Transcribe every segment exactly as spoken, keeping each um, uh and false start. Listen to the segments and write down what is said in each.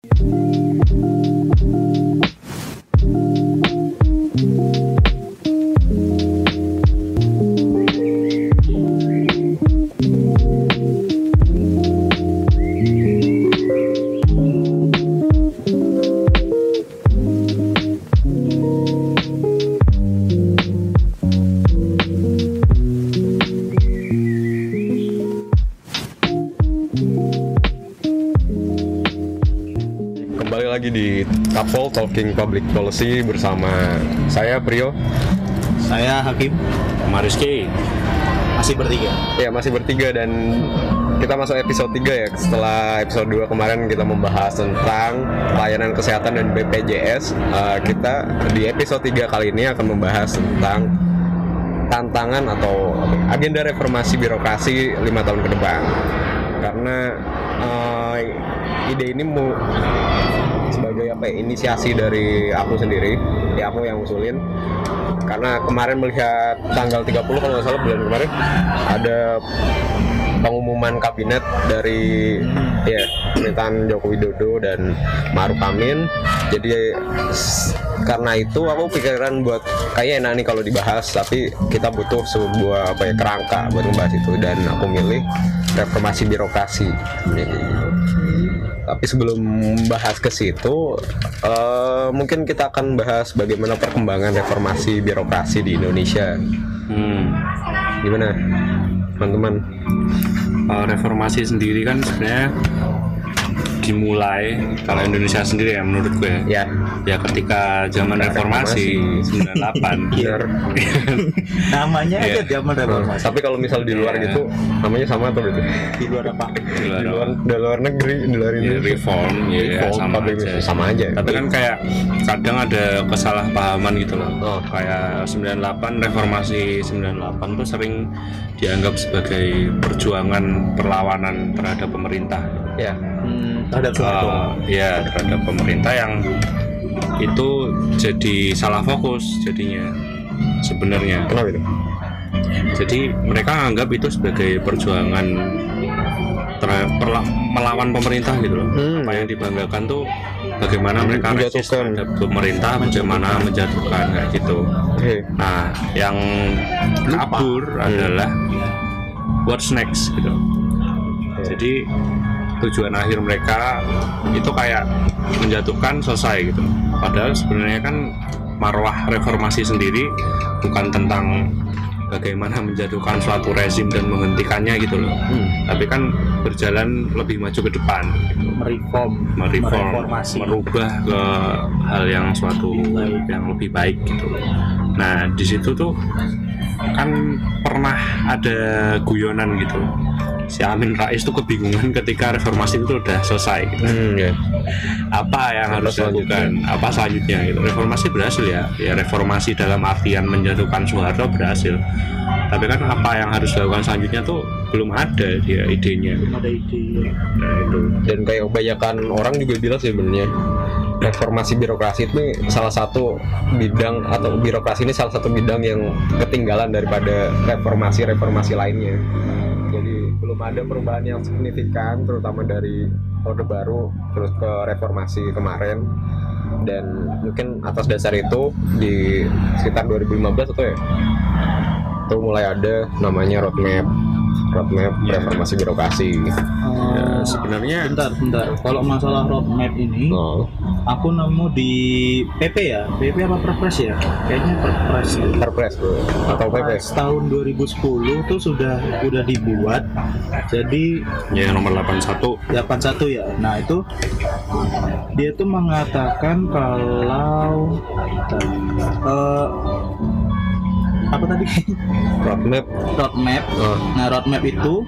Kembali lagi di Tapol Talking Public Policy bersama saya Priyo, saya Hakim, Mariski. masih bertiga. Ya masih bertiga dan kita masuk episode tiga ya. Setelah episode dua kemarin kita membahas tentang layanan kesehatan dan B P J S, uh, kita di episode tiga kali ini akan membahas tentang tantangan atau agenda reformasi birokrasi lima tahun ke depan. Karena uh, ide ini mau sebagai apa ya, inisiasi dari aku sendiri, ya aku yang usulin. Karena kemarin melihat tanggal tiga puluh kalau nggak salah bulan kemarin ada pengumuman kabinet dari ya pemerintahan Joko Widodo dan Ma'ruf Amin. Jadi karena itu aku pikiran buat kayaknya enak nih kalau dibahas, tapi kita butuh sebuah apa ya kerangka buat membahas itu dan aku milih reformasi birokrasi. Tapi sebelum bahas ke situ, uh, mungkin kita akan bahas bagaimana perkembangan reformasi birokrasi di Indonesia. Hmm. Gimana, teman-teman? Uh, reformasi sendiri kan sebenarnya dimulai kalau Indonesia sendiri ya menurut gue ya. Ya. Ya ketika zaman reformasi, reformasi sembilan puluh delapan. Benar. Namanya Iya. aja zaman reformasi. Tapi kalau misal di luar Ya. gitu, namanya sama atau beda? Di luar apa? Di luar, Di luar, di luar negeri, di luar ya, Indonesia. reform, ya, Reform, sama tapi aja. sama aja. Tapi kan kayak kadang ada kesalahpahaman gitu loh. Oh. Kayak sembilan puluh delapan, reformasi sembilan puluh delapan tuh sering dianggap sebagai perjuangan perlawanan terhadap pemerintah. Ya. Hmm, terhadap Soeharto. Uh, ya terhadap pemerintah yang itu jadi salah fokus jadinya sebenarnya. Kenapa itu? Jadi mereka anggap itu sebagai perjuangan ter- perla- melawan pemerintah gitu loh. Hmm. Apa yang dibanggakan tuh bagaimana mereka resist Menjatuhkan. terhadap pemerintah, bagaimana menjatuhkan kayak gitu. Oke. Nah, yang kabur adalah what's next gitu. Jadi tujuan akhir mereka itu kayak menjatuhkan selesai gitu. Padahal sebenarnya kan marwah reformasi sendiri bukan tentang bagaimana menjatuhkan suatu rezim dan menghentikannya gitu loh. Hmm. Tapi kan berjalan lebih maju ke depan gitu. Mereform, Mereform, mereformasi. merubah ke hal yang suatu yang lebih baik gitu. Nah, di situ tuh kan pernah ada guyonan gitu. Si Amin Rais tuh kebingungan ketika reformasi itu udah selesai gitu. Hmm, ya. Apa yang Apa harus dilakukan, apa selanjutnya gitu. Reformasi berhasil ya, ya reformasi dalam artian menjatuhkan Soeharto berhasil. Tapi kan apa yang harus dilakukan selanjutnya tuh belum ada dia idenya. Belum ada ide. Nah itu. Dan kayak kebanyakan orang juga bilang sih sebenarnya reformasi birokrasi itu salah satu bidang atau birokrasi ini salah satu bidang yang ketinggalan daripada reformasi-reformasi lainnya. Jadi belum ada perubahan yang signifikan terutama dari Orde Baru terus ke reformasi kemarin. Dan mungkin atas dasar itu di sekitar dua ribu lima belas atau ya itu mulai ada namanya roadmap roadmap Ya. reformasi birokrasi. Oh, Ya, sebenarnya bentar, bentar. Kalau masalah roadmap ini, Oh, aku nemu di P P ya, P P apa Perpres ya? Kayaknya Perpres. Perpres bro atau P P. Pas tahun dua ribu sepuluh tuh sudah udah dibuat. Jadi ya nomor delapan puluh satu. delapan puluh satu ya. Nah, itu dia tuh mengatakan kalau eh, apa tadi? Roadmap. roadmap. Oh. Nah, roadmap itu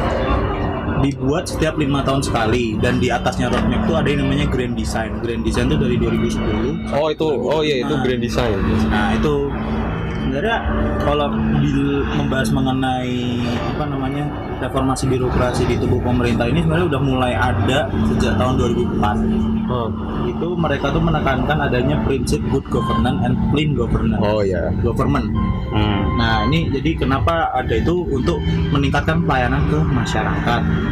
dibuat setiap lima tahun sekali dan di atasnya roadmap itu ada yang namanya grand design. Grand design itu dari dua ribu sepuluh. Oh itu, oh iya itu grand design. Nah, itu sebenarnya kalau bil- membahas mengenai apa namanya reformasi birokrasi di tubuh pemerintah ini sebenarnya udah mulai ada sejak tahun dua ribu empat. Oh, Itu mereka tuh menekankan adanya prinsip good governance and clean governance. oh ya. Government. Hmm. Nah, ini jadi kenapa ada itu untuk meningkatkan pelayanan ke masyarakat.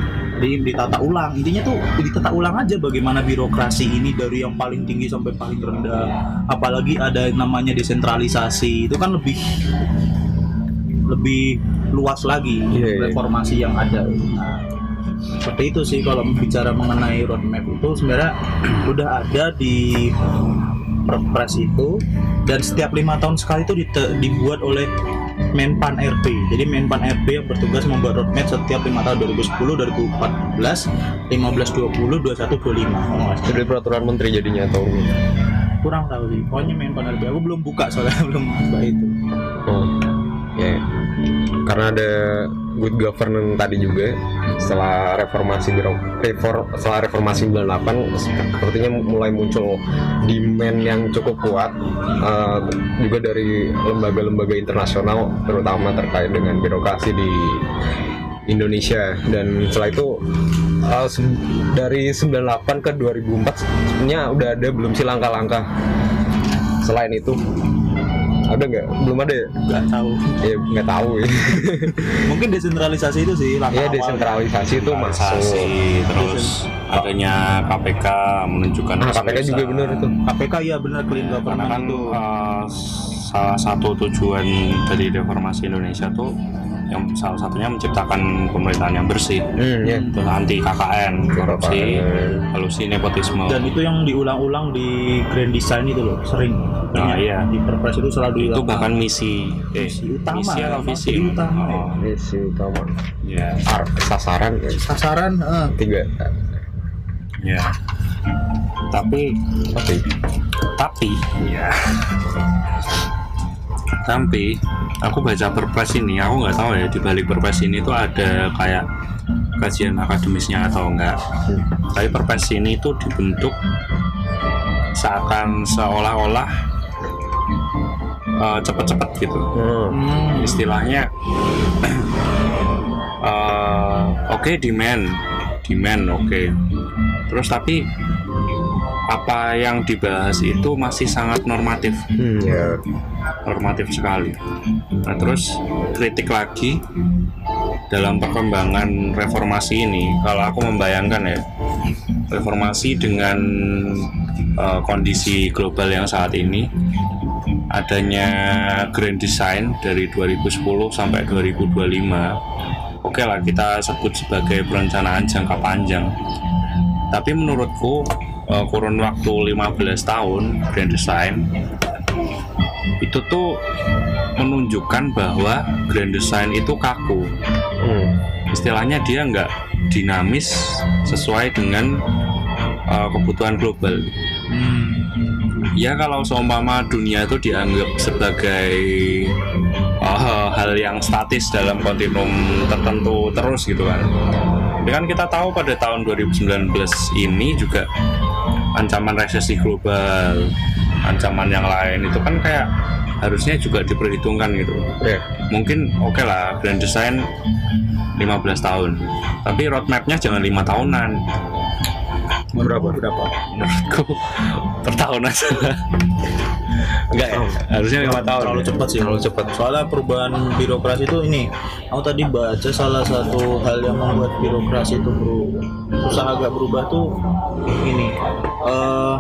di ditata ulang. Intinya tuh ditata ulang aja bagaimana birokrasi ini dari yang paling tinggi sampai paling rendah. Apalagi ada namanya desentralisasi, itu kan lebih lebih luas lagi yeah, yeah. reformasi yang ada. Nah, seperti itu sih kalau bicara mengenai roadmap itu sebenarnya udah ada di Perpres itu, dan setiap lima tahun sekali itu dite- dibuat oleh Menpan R B. Jadi Menpan R B yang bertugas membuat roadmap setiap lima tahun, dua ribu sepuluh, dua ribu empat belas, lima belas, dua puluh, dua puluh satu, dua puluh lima. Oh, jadi peraturan menteri jadinya atau kurang tahu sih. Pokoknya Menpan R B aku belum buka soalnya belum buka itu. Oh, ya. Yeah. Karena ada good governance tadi juga setelah reformasi biro, reform, setelah reformasi sembilan puluh delapan sepertinya mulai muncul demand yang cukup kuat uh, juga dari lembaga-lembaga internasional terutama terkait dengan birokrasi di Indonesia. Dan setelah itu uh, se- dari sembilan puluh delapan ke dua ribu empat sebenarnya udah ada belum sih langkah-langkah selain itu? Ada nggak? Belum ada ya? Nggak tahu. Ya nggak tahu ya. Mungkin desentralisasi itu sih langkah Iya, awal. desentralisasi itu masuk. Terus adanya K P K menunjukkan Nah, K P K juga benar itu. K P K ya benar, clean Karena government kan itu. uh, salah satu tujuan dari reformasi Indonesia tuh yang salah satunya menciptakan pemerintahan yang bersih, Hmm, ya. terus anti K K N, korupsi, halusi, nepotisme. Dan itu yang diulang-ulang di grand design itu loh, sering. Nah, iya. Di Perpres itu selalu Itu diulang. bahkan misi, eh, Misi utama, misi atau visi? misi utama, ya. Oh, Misi utama. ya, Ar- sasaran ya. sasaran eh. Tiga. ya. Tapi, Tapi tapi, ya. Tapi, aku baca Perpres ini, aku nggak tahu ya di balik Perpres ini tuh ada kayak kajian akademisnya atau enggak. Hmm. Tapi Perpres ini tuh dibentuk seakan seolah-olah uh, cepet-cepet gitu. Hmm. Hmm. Istilahnya, uh, oke okay, demand, demand oke. Okay. Terus tapi apa yang dibahas itu masih sangat normatif. Hmm, ya. Normatif sekali. Nah terus kritik lagi dalam perkembangan reformasi ini, kalau aku membayangkan ya, reformasi dengan uh, kondisi global yang saat ini, adanya grand design dari dua ribu sepuluh sampai dua ribu dua puluh lima, oke okay lah kita sebut sebagai perencanaan jangka panjang. Tapi menurutku uh, kurun waktu lima belas tahun grand design itu tuh menunjukkan bahwa grand design itu kaku. Hmm. Istilahnya dia nggak dinamis sesuai dengan uh, kebutuhan global. Hmm. Ya kalau seumpama dunia itu dianggap sebagai uh, hal yang statis dalam kontinum tertentu terus gitu kan. Tapi kan kita tahu pada tahun dua ribu sembilan belas ini juga ancaman resesi global, ancaman yang lain itu kan kayak harusnya juga diperhitungkan gitu. Yeah. Mungkin oke okay lah grand design lima belas tahun, tapi roadmapnya jangan lima tahunan. Berapa? Berapa? Menurutku per tahun aja. Enggak ya, harusnya lima tahun. Terlalu ya? cepat sih. Terlalu cepat. Soalnya perubahan birokrasi itu ini, aku tadi baca salah satu hal yang membuat birokrasi itu berubah, susah agak berubah tuh ini. eh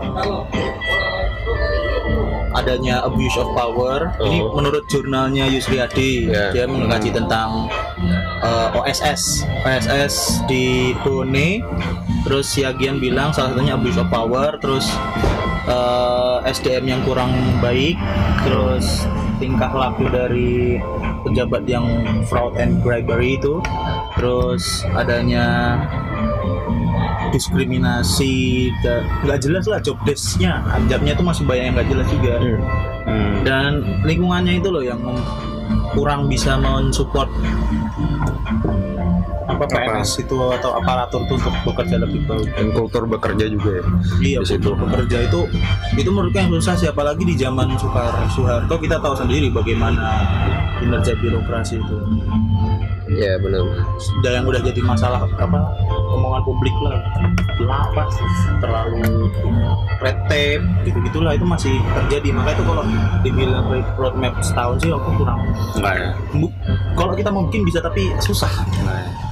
adanya abuse of power. Ini Oh. menurut jurnalnya Yusriyadi, Yeah. dia mengkaji tentang uh, O S S, O S S di Bone. Terus Siagian bilang salah satunya abuse of power, terus uh, S D M yang kurang baik, terus tingkah laku dari pejabat yang fraud and bribery itu, terus adanya diskriminasi, da- nggak jelas lah job desk-nya, jobnya itu masih banyak yang nggak jelas juga. Hmm. Hmm. Dan lingkungannya itu loh yang mem- kurang bisa mensupport apa P N S itu atau aparatur itu untuk bekerja lebih baik. Dan kultur bekerja juga ya. Iya, Di situ. kultur bekerja itu itu menurutku yang susah sih, apalagi di zaman Soeharto. Soeharto kita tahu sendiri bagaimana kinerja birokrasi itu. Iya benar. Dan yang udah jadi masalah apa omongan publik lah, lapas, terlalu red tape gitu-gitulah, itu masih terjadi. Makanya itu kalau dibilang roadmap setahun sih aku kurang. Enggak ya. Bu- kalau kita mungkin bisa tapi susah. Enggak ya.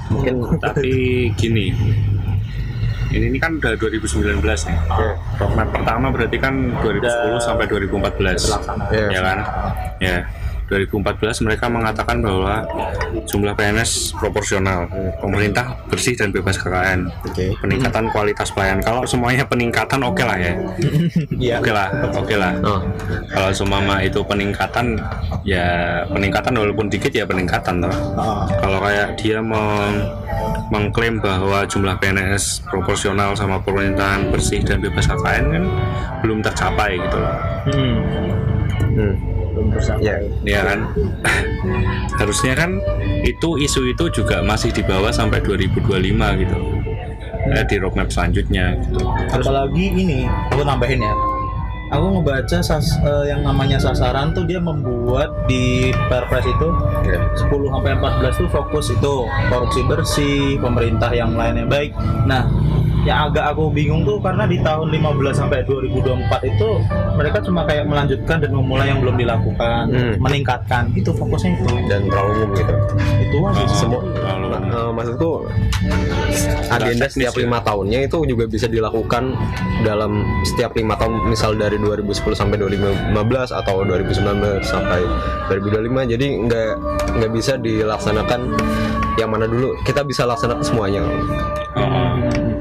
Mungkin Tapi gini, ini, ini kan udah dua ribu sembilan belas nih. ya. Roadmap pertama berarti kan dua ribu sepuluh Udah sampai dua ribu empat belas. terlaksana. Ya. Ya kan? Ya. dua ribu empat belas mereka mengatakan bahwa jumlah P N S proporsional, pemerintah bersih dan bebas K K N, Oke. peningkatan kualitas pelayanan. Kalau semuanya peningkatan oke lah ya, Iya. oke lah, oke lah. Oh, Kalau semua itu peningkatan, ya peningkatan walaupun dikit ya peningkatan toh. Ah. Kalau kayak dia meng mengklaim bahwa jumlah P N S proporsional sama pemerintahan bersih dan bebas K K N kan belum tercapai gitu loh. Hmm. hmm. Belum tersampai. Ya. Ya kan, harusnya kan itu isu itu juga masih dibawa sampai dua ribu dua puluh lima gitu, eh, di roadmap selanjutnya gitu. Apalagi ini, aku nambahin ya. Aku ngebaca sas, eh, yang namanya sasaran tuh dia membuat di Perpres itu Oke. sepuluh sampai empat belas tuh fokus itu korupsi bersih, pemerintah yang lainnya baik. Nah, yang agak aku bingung tuh karena di tahun lima belas sampai dua ribu dua puluh empat itu mereka cuma kayak melanjutkan dan memulai yang belum dilakukan, Hmm. meningkatkan itu fokusnya itu. Dan terlalu umum gitu. Itu aja sih. Semua Kalau uh, maksudku agenda teknis setiap ya. lima tahunnya itu juga bisa dilakukan dalam setiap lima tahun, misal dari dua ribu sepuluh sampai dua ribu lima belas atau dua ribu sembilan belas sampai dua ribu dua puluh lima. Jadi nggak nggak bisa dilaksanakan yang mana dulu, kita bisa laksanakan semuanya. uh,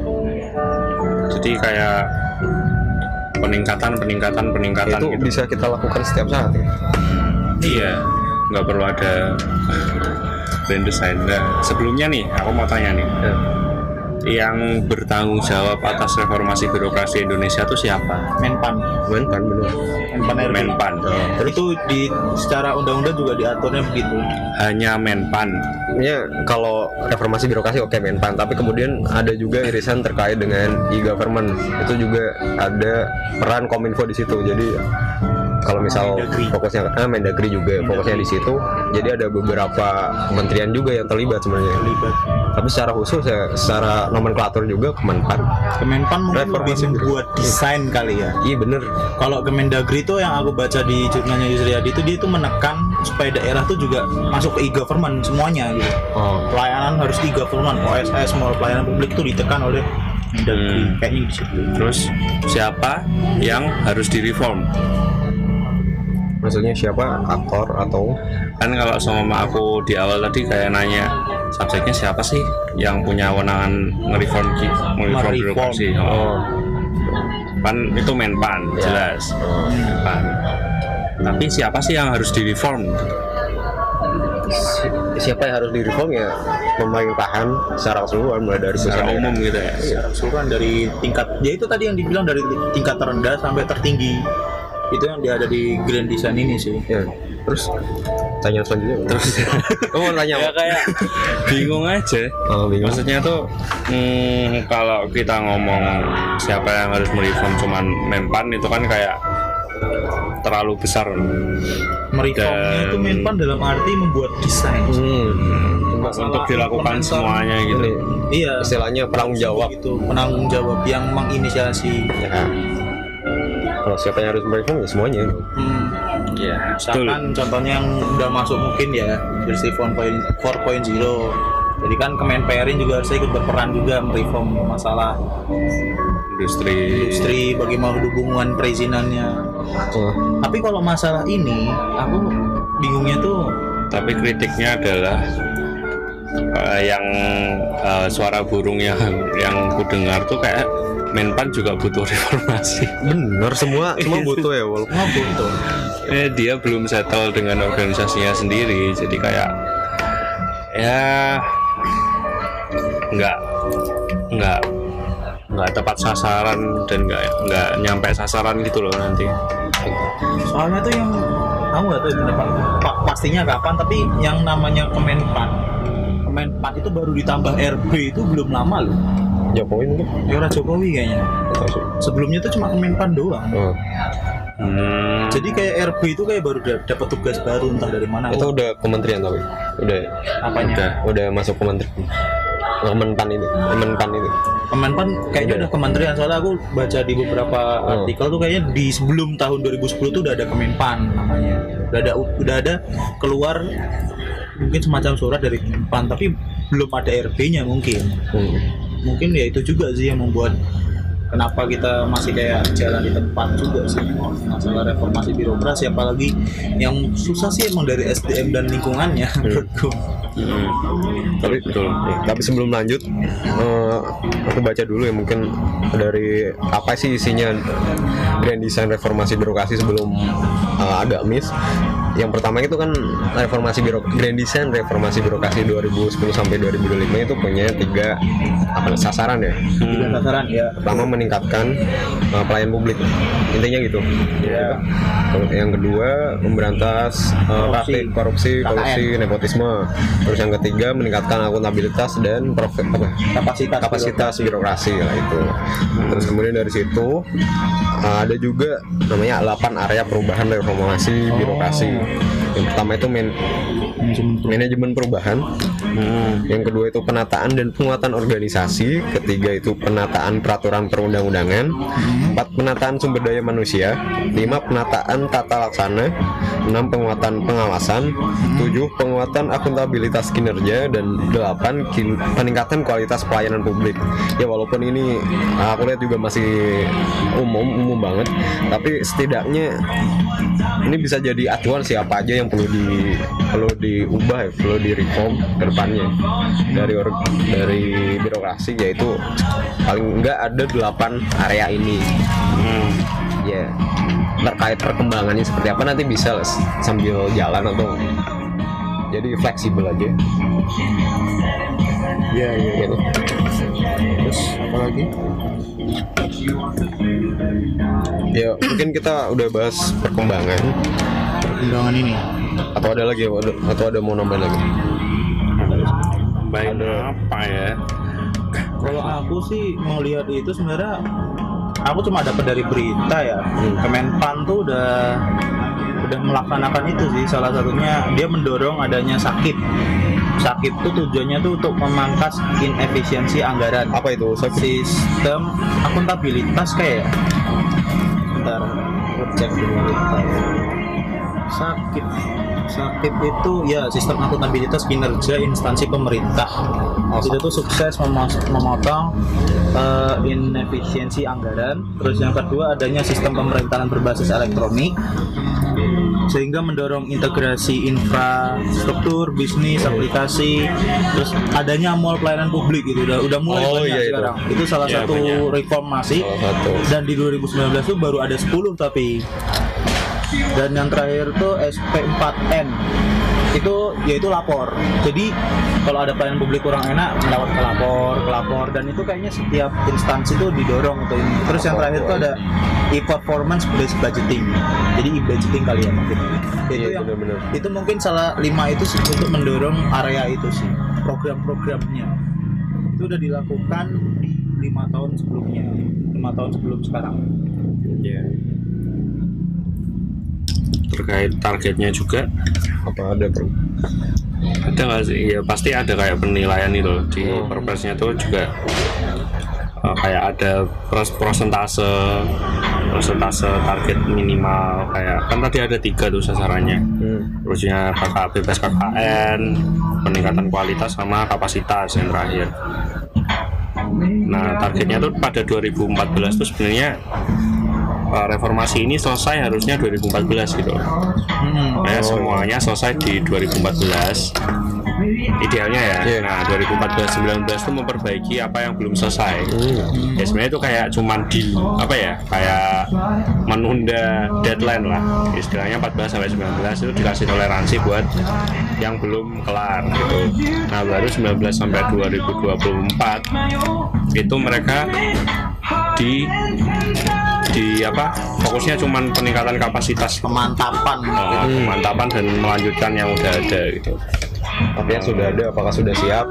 jadi kayak peningkatan peningkatan peningkatan Itu gitu. bisa kita lakukan setiap saat ya. Iya, nggak perlu ada brand design. Nah, sebelumnya nih, aku mau tanya nih, Ya. yang bertanggung jawab atas reformasi birokrasi Indonesia itu siapa? Menpan, Menpan benar. Menpan R B. Menpan. Terus itu di secara undang-undang juga diaturnya begitu. Hanya Menpan. Ya, kalau reformasi birokrasi oke Menpan, tapi kemudian ada juga irisan terkait dengan e-government. Itu juga ada peran Kominfo di situ. Jadi kalau misal Mendagri. fokusnya ah, Mendagri juga fokusnya di situ. Jadi ada beberapa kementerian juga yang terlibat sebenarnya. Terlibat. Tapi secara khusus ya, secara nomenklatur juga Kemenpan. Kemenpan mungkin lebih Reformasi membuat desain kali ya. Iya bener. Kalau Kemendagri itu yang aku baca di jurnalnya Yusriyadi itu dia itu menekan supaya daerah itu juga masuk ke e-government semuanya gitu. Oh, Pelayanan harus e-government, O S S, semua pelayanan publik itu ditekan oleh Mendagri. Hmm. Kayaknya di situ. Terus siapa yang harus direform? maksudnya siapa, aktor atau Kan kalau sama aku di awal tadi kayak nanya subjeknya siapa sih yang punya wewenang ngereform ngereform Mereform. birokrasi? Oh. Kan itu Menpan, Ya. jelas. oh, Menpan. Tapi siapa sih yang harus direform? si- siapa yang harus direform ya pemerintahan secara keseluruhan mulai dari pusat Secara daerah. umum gitu ya. Secara keseluruhan dari tingkat, ya itu tadi yang dibilang dari tingkat terendah sampai tertinggi. Itu yang dia ada di Grand Design ini sih. Ya. Terus tanya selanjutnya. Terus oh, mau tanya Ya apa? kayak bingung aja. Oh, bingung. Maksudnya tuh hmm, kalau kita ngomong siapa yang harus mereform cuman Menpan itu kan kayak terlalu besar. Mereformnya Dan- itu Menpan dalam arti membuat desain. Hmm. Masalah untuk dilakukan implementer. semuanya gitu. Ini Iya. istilahnya penanggung jawab. Gitu, penanggung jawab yang menginisiasi. Ya. Kalau siapa yang harus mereform ya semuanya. Hmm. Iya, betul. Misalkan contohnya yang udah masuk mungkin ya Industri empat titik nol. Jadi kan Kemenperin juga harusnya ikut berperan juga mereform masalah Industri. industri, bagaimana hubungan perizinannya. Oh. Tapi kalau masalah ini, aku bingungnya tuh Tapi kritiknya adalah eh, yang eh, suara burung yang yang ku dengar tuh kayak Menpan juga butuh reformasi. Bener, semua semua butuh ya walaupun oh butuh. Eh, dia belum settle dengan organisasinya sendiri, jadi kayak ya nggak nggak nggak tepat sasaran dan nggak nggak nyampe sasaran gitu loh nanti. Soalnya tuh yang aku nggak tahu bener, pa- pastinya kapan, tapi yang namanya Kemenpan, Kemenpan itu baru ditambah R B itu belum lama loh. Jokowi mungkin. Era Jokowi kayaknya. Sebelumnya tuh cuma Kemenpan doang. Oh. Hmm, Jadi kayak R B itu kayak baru da- dapat tugas baru entah dari mana. Itu udah kementerian tapi udah apanya? udah. udah masuk kementerian. Kemenpan ini, Kemenpan itu. Kemenpan kayaknya Udah. udah kementerian, soalnya aku baca di beberapa Oh. artikel tuh kayaknya di sebelum tahun dua ribu sepuluh tuh udah ada Kemenpan namanya. Udah ada udah ada keluar mungkin semacam surat dari Kemenpan, tapi belum ada R B-nya mungkin. Hmm. Mungkin ya itu juga sih yang membuat kenapa kita masih kayak jalan di tempat juga sih, masalah reformasi birokrasi. Apalagi yang susah sih emang dari S D M dan lingkungannya menurutku. Hmm. Tapi Betul. ya, tapi sebelum lanjut, eh, aku baca dulu ya mungkin dari apa sih isinya Grand Design Reformasi Birokrasi sebelum eh, agak miss. Yang pertama itu kan reformasi biro Grand Design Reformasi Birokrasi dua ribu sepuluh sampai dua ribu dua puluh lima itu punya tiga apa sasaran ya. Tiga sasaran ya. Pertama meningkatkan uh, pelayan publik, intinya gitu. Ya. Yang kedua memberantas uh, praktik korupsi, kolusi, nepotisme. Terus yang ketiga meningkatkan akuntabilitas dan profit apa? Kapasitas kapasitas birokrasi lah itu. Terus kemudian dari situ uh, ada juga namanya delapan area perubahan reformasi birokrasi. Yang pertama itu man- manajemen perubahan. Hmm. Yang kedua itu penataan dan penguatan organisasi. Ketiga itu penataan peraturan perundang-undangan. Empat penataan sumber daya manusia. Lima penataan tata laksana. Enam penguatan pengawasan. Tujuh penguatan akuntabilitas kinerja. Dan delapan kin- peningkatan kualitas pelayanan publik. Ya walaupun ini aku lihat juga masih umum umum banget, tapi setidaknya ini bisa jadi acuan siapa aja yang perlu di perlu diubah ya, perlu direform ke depannya dari or, dari birokrasi, yaitu paling enggak ada delapan area ini. Hmm. Ya, terkait perkembangannya seperti apa nanti bisa sambil jalan atau jadi fleksibel aja. Ya, ya, gitu. Terus apa lagi? Ya, mungkin kita udah bahas perkembangan. Perkembangan ini. Atau ada lagi atau ada mau nambahin lagi? Baik apa ya? Kalau aku sih melihat itu sebenarnya aku cuma dapat dari berita ya. Hmm. Kemenpan tuh udah udah melaksanakan itu sih. Salah satunya dia mendorong adanya sakit. Sakit tuh tujuannya tuh untuk memangkas inefisiensi anggaran. Apa itu? Sistem akuntabilitas kayak. Bentar, aku cek dulu. Sakit sakit itu ya sistem akuntabilitas kinerja instansi pemerintah. Oh, itu tuh sukses memos- memotong uh, inefisiensi anggaran. Terus yang kedua adanya sistem pemerintahan berbasis elektronik sehingga mendorong integrasi infrastruktur, bisnis, aplikasi, terus adanya mall pelayanan publik gitu udah udah mulai Oh, banyak iya, sekarang. Itu, itu salah Iya, satu banyak. reformasi. Salah satu. Dan di dua ribu sembilan belas tuh baru ada sepuluh tapi. Dan yang terakhir tuh S P empat N itu yaitu lapor. Jadi kalau ada pelayanan publik kurang enak melawat ke lapor, ke lapor, dan itu kayaknya setiap instansi tuh didorong untuk ini. Terus yang terakhir tuh ada e-performance based budgeting. Jadi e-budgeting kali ya mungkin. Itu Iya, yang benar-benar. itu mungkin salah lima itu sih untuk mendorong area itu sih. Program-programnya itu udah dilakukan di lima tahun sebelumnya, lima tahun sebelum sekarang. Ya. Terkait targetnya juga Apa ada per- ada nggak sih? Ya pasti ada kayak penilaian itu loh. Di Oh. perpresnya tuh juga uh, kayak ada pros- prosentase prosentase target minimal, kayak kan tadi ada tiga tuh sasarannya. Hmm. Terusnya K K bebas K K N, peningkatan kualitas sama kapasitas yang terakhir. Nah targetnya tuh pada dua ribu empat belas tuh sebenarnya uh, reformasi ini selesai harusnya dua ribu empat belas gitu. Hmm. Nah, semuanya selesai di dua ribu empat belas idealnya ya. Yeah. Nah dua ribu empat belas sembilan belas itu memperbaiki apa yang belum selesai. Hmm. Ya sebenarnya itu kayak cuman di apa ya, kayak menunda deadline lah istilahnya. Empat belas sampai sembilan belas itu dikasih toleransi buat yang belum kelar gitu. Nah baru sembilan belas sampai dua ribu dua puluh empat itu mereka di di apa fokusnya cuman peningkatan kapasitas, Pemantapan. uh, pemantapan dan melanjutkan yang udah ada gitu. Tapi yang sudah ada apakah sudah siap?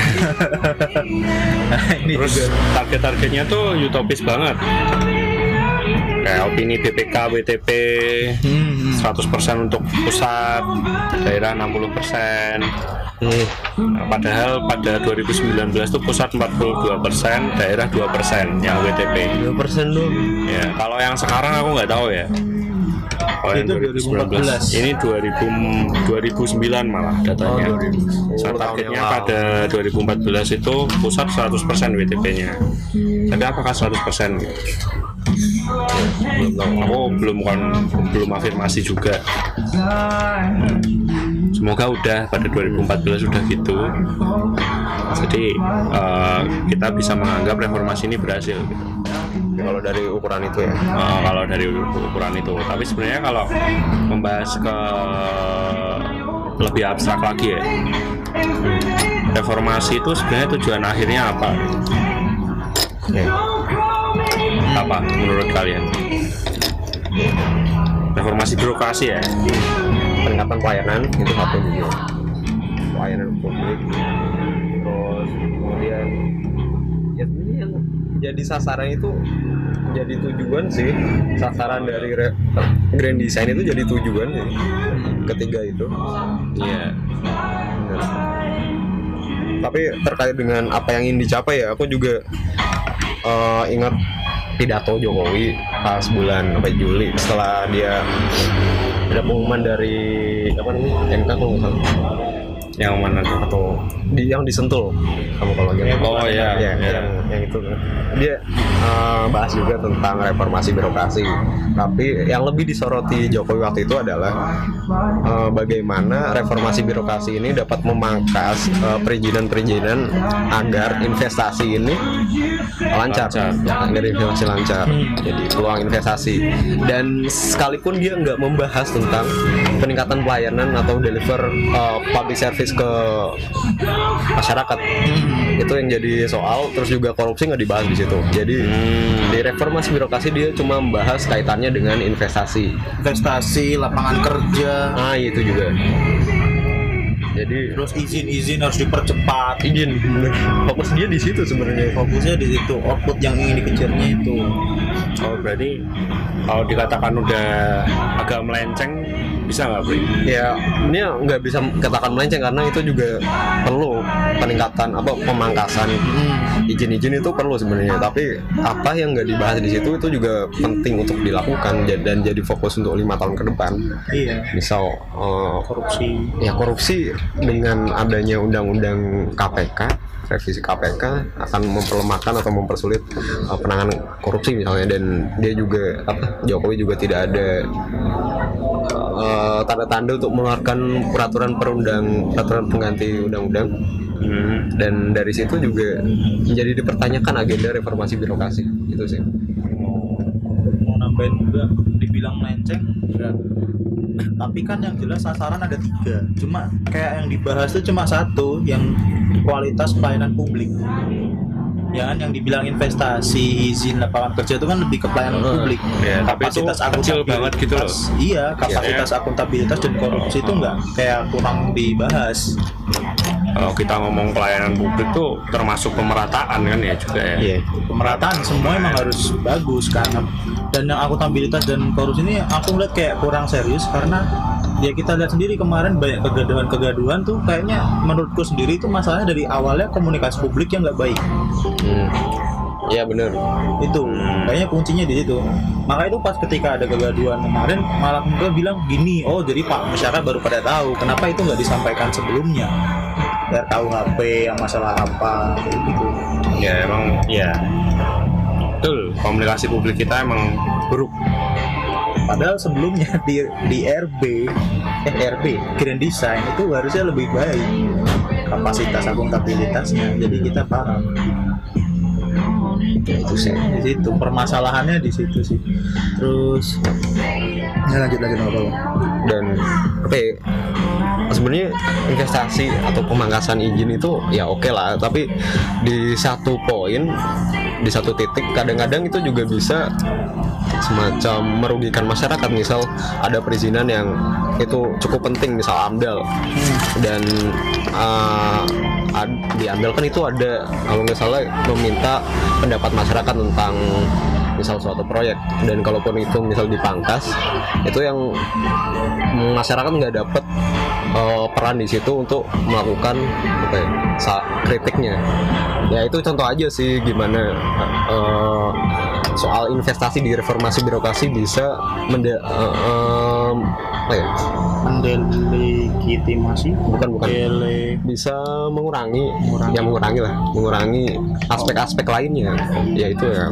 Ini Terus juga. target-targetnya tuh utopis banget. Kayak opini B P K, W T P Hmm. seratus persen untuk pusat, daerah enam puluh persen. Hmm. Nah, padahal pada dua ribu sembilan belas tuh pusat empat puluh dua persen, daerah dua persen yang W T P. dua persen dong. Ya, kalau yang sekarang aku nggak tahu ya. Oh, yang Itu dua ribu sembilan belas. Ini dua ribu dua ribu sembilan malah datanya. Oh, dua ribu. Saat Oh, targetnya tahun yang pada dua ribu empat belas itu pusat seratus persen W T P-nya. Tapi apakah seratus persen? Belum tahu. Aku belum kan belum afirmasi juga. Semoga udah pada dua ribu empat belas sudah gitu. Jadi uh, kita bisa menganggap reformasi ini berhasil gitu. Kalau dari ukuran itu ya. Uh, kalau dari ukuran itu, tapi sebenarnya kalau membahas ke lebih abstrak lagi ya, reformasi itu sebenarnya tujuan akhirnya apa? Ya. Apa menurut kalian? Reformasi birokrasi ya? Peningkatan pelayanan itu satu juga. Pelayanan publik. Terus kemudian ya sebenarnya yang jadi sasaran itu jadi tujuan sih, sasaran dari re- grand design itu jadi tujuan sih. Ketiga itu. Iya. Benar. Tapi terkait dengan apa yang ingin dicapai ya, aku juga uh, ingat pidato Jokowi pas bulan apa Juli setelah dia ada pengumuman dari apa namanya M K kalau nggak salah. Yang mana tuh? Atau di yang disentul kamu kalau lagi Oh iya, ya, iya. yang yang itu dia uh, bahas juga tentang reformasi birokrasi, tapi yang lebih disoroti Jokowi waktu itu adalah uh, bagaimana reformasi birokrasi ini dapat memangkas uh, perizinan-perizinan agar investasi ini lancar, Lancar. agar investasi lancar, jadi peluang investasi. Dan sekalipun dia nggak membahas tentang peningkatan pelayanan atau deliver uh, public service ke masyarakat, itu yang jadi soal. Terus juga korupsi nggak dibahas di situ. Jadi Hmm. di reformasi birokrasi dia cuma membahas kaitannya dengan investasi. Investasi, lapangan kerja, Ah itu juga. Jadi terus izin-izin harus dipercepat. izin, fokus dia di situ sebenarnya. Fokusnya di situ, output yang ingin dikejarnya itu. Oh berarti kalau dikatakan udah agak melenceng bisa nggak Bri? Ya ini nggak bisa katakan melenceng karena itu juga perlu peningkatan apa pemangkasan izin-izin itu perlu sebenarnya. Tapi apa yang nggak dibahas di situ itu juga penting untuk dilakukan dan jadi fokus untuk lima tahun ke depan. Iya. Misal uh, Korupsi. ya korupsi dengan adanya undang-undang K P K, revisi K P K akan memperlemahkan atau mempersulit uh, penanganan korupsi misalnya. Dan dia juga apa Jokowi juga tidak ada uh, tanda-tanda untuk mengeluarkan peraturan perundang peraturan pengganti undang-undang. Hmm. Dan dari situ juga menjadi dipertanyakan agenda reformasi birokrasi itu sih. Mau nambahin juga, dibilang melenceng enggak. Tapi kan yang jelas sasaran ada tiga. Cuma kayak yang dibahas itu cuma satu, yang kualitas pelayanan publik. Ya kan, yang dibilang investasi, izin lapangan kerja itu kan lebih ke pelayanan Hmm. publik. Ya, tapi itu kecil banget gitu loh. Iya, kapasitas Ya. akuntabilitas dan korupsi itu enggak kayak kurang dibahas. Kalau kita ngomong pelayanan publik tuh termasuk pemerataan kan ya juga ya. Iya. Pemerataan semua emang harus bagus kan. Dan yang akuntabilitas dan korupsi ini aku ngeliat kayak kurang serius karena ya kita lihat sendiri kemarin banyak kegaduhan-kegaduhan tuh kayaknya menurutku sendiri itu masalahnya dari awalnya komunikasi publik yang nggak baik. Hmm. Iya benar. Itu kayaknya kuncinya di situ. Maka itu pas ketika ada kegaduhan kemarin malah mereka bilang gini, oh jadi Pak masyarakat baru pada tahu kenapa itu nggak disampaikan sebelumnya biar tahu H P yang masalah apa gitu. Ya emang ya betul, komunikasi publik kita emang buruk. Padahal sebelumnya di di R B eh R B Grand Design itu harusnya lebih baik kapasitas akuntabilitasnya, jadi kita paham. Ya, itu sih di situ permasalahannya di situ sih. Terus ya, lanjut lanjut apa? Dan oke sebenarnya investasi atau pemangkasan izin itu ya oke lah, tapi di satu poin, di satu titik kadang-kadang itu juga bisa semacam merugikan masyarakat. Misal ada perizinan yang itu cukup penting, misal AMDAL, dan uh, ad- di AMDAL kan itu ada kalau nggak salah meminta pendapat masyarakat tentang misal suatu proyek, dan kalaupun itu misal dipangkas itu yang masyarakat nggak dapat uh, peran di situ untuk melakukan apa ya, sa- kritiknya. Ya itu contoh aja sih gimana uh, soal investasi di reformasi birokrasi bisa mende, uh, um, apa ya? Mendelegitimasi, Bukan bukan. Dele- Bisa mengurangi, Mengurangi. ya mengurangi lah, mengurangi aspek-aspek lainnya, yaitu ya.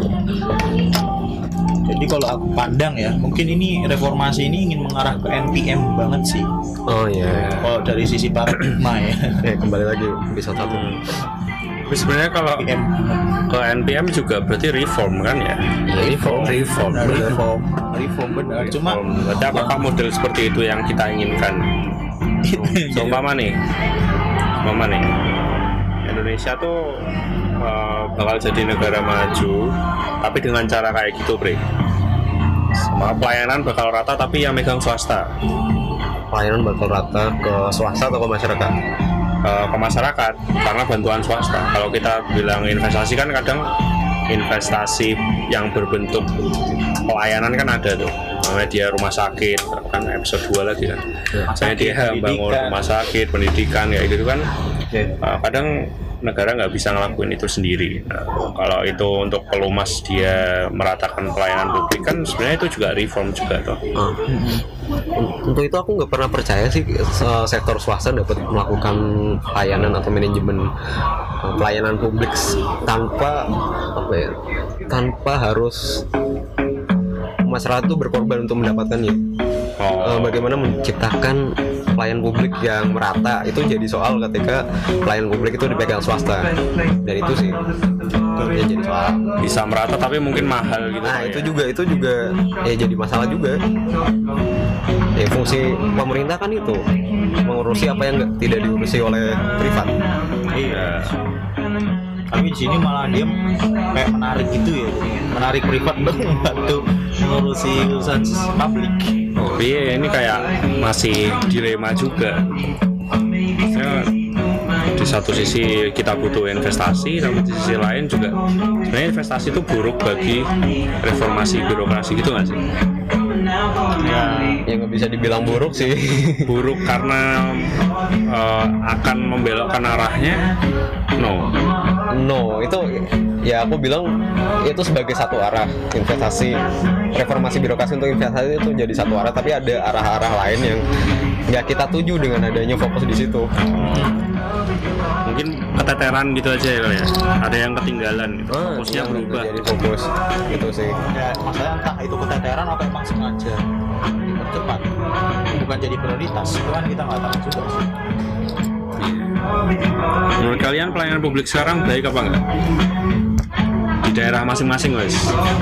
Jadi kalau aku pandang ya, mungkin ini reformasi ini ingin mengarah ke N P M banget sih. Oh iya. Kalau dari sisi paradigma ya, Eh kembali lagi episode satu. Tapi sebenarnya kalau N P M ke N P M juga berarti reform kan ya? Reform. Reform. benar, reform, reform benar. Cuma Reform. Berarti apakah model seperti itu yang kita inginkan? So, umpama nih, umpama nih, Indonesia tuh uh, bakal jadi negara maju, tapi dengan cara kayak gitu, Bre. Semua pelayanan bakal rata, tapi yang megang swasta. Pelayanan bakal rata ke swasta atau ke masyarakat? Uh, ke masyarakat karena bantuan swasta. Kalau kita bilang investasi kan kadang investasi yang berbentuk pelayanan kan ada tuh. Namanya dia rumah sakit, kan episode dua lagi kan. Misalnya dia bangun rumah sakit, pendidikan kayak gitu kan. Uh, kadang negara nggak bisa ngelakuin itu sendiri. Nah, kalau itu untuk pelumas dia meratakan pelayanan publik kan sebenarnya itu juga reform juga toh. Ah. Untuk itu aku nggak pernah percaya sih se- sektor swasta dapat melakukan pelayanan atau manajemen eh, pelayanan publik s- tanpa apa ya, tanpa harus masyarakat itu berkorban untuk mendapatkannya. Eh, bagaimana menciptakan pelayan publik yang merata itu jadi soal ketika pelayan publik itu dipegang swasta, dan itu sih ya jadi soal. Bisa merata tapi mungkin mahal gitu. Nah Pak, itu ya. juga itu juga ya jadi masalah juga. Ya fungsi pemerintah kan itu mengurusi apa yang nggak tidak diurusi oleh privat. Iya. tapi di sini malah dia kayak menarik gitu ya, menarik privat untuk membantu mengurusi urusan publik. Oh iya, ini kayak masih dilema juga. Saya, di satu sisi kita butuh investasi, tapi di sisi lain juga sebenarnya investasi itu buruk bagi reformasi birokrasi gitu nggak sih? Ya, Ya nggak bisa dibilang buruk sih. Buruk karena uh, akan membelokkan arahnya. No. No, itu ya aku bilang itu sebagai satu arah. Investasi, reformasi birokrasi untuk investasi itu jadi satu arah, tapi ada arah-arah lain yang ya kita tuju dengan adanya fokus di situ. Mungkin keteteran gitu aja ya kali ya. Ada yang ketinggalan gitu. Ah, Fokusnya iya, berubah. jadi fokus itu sih. ya masalah entah itu keteteran atau emang sengaja dipercepat, bukan jadi prioritas, itu kan kita nggak tahu juga sih. Menurut kalian pelayanan publik sekarang baik apa enggak? Di daerah masing-masing, guys.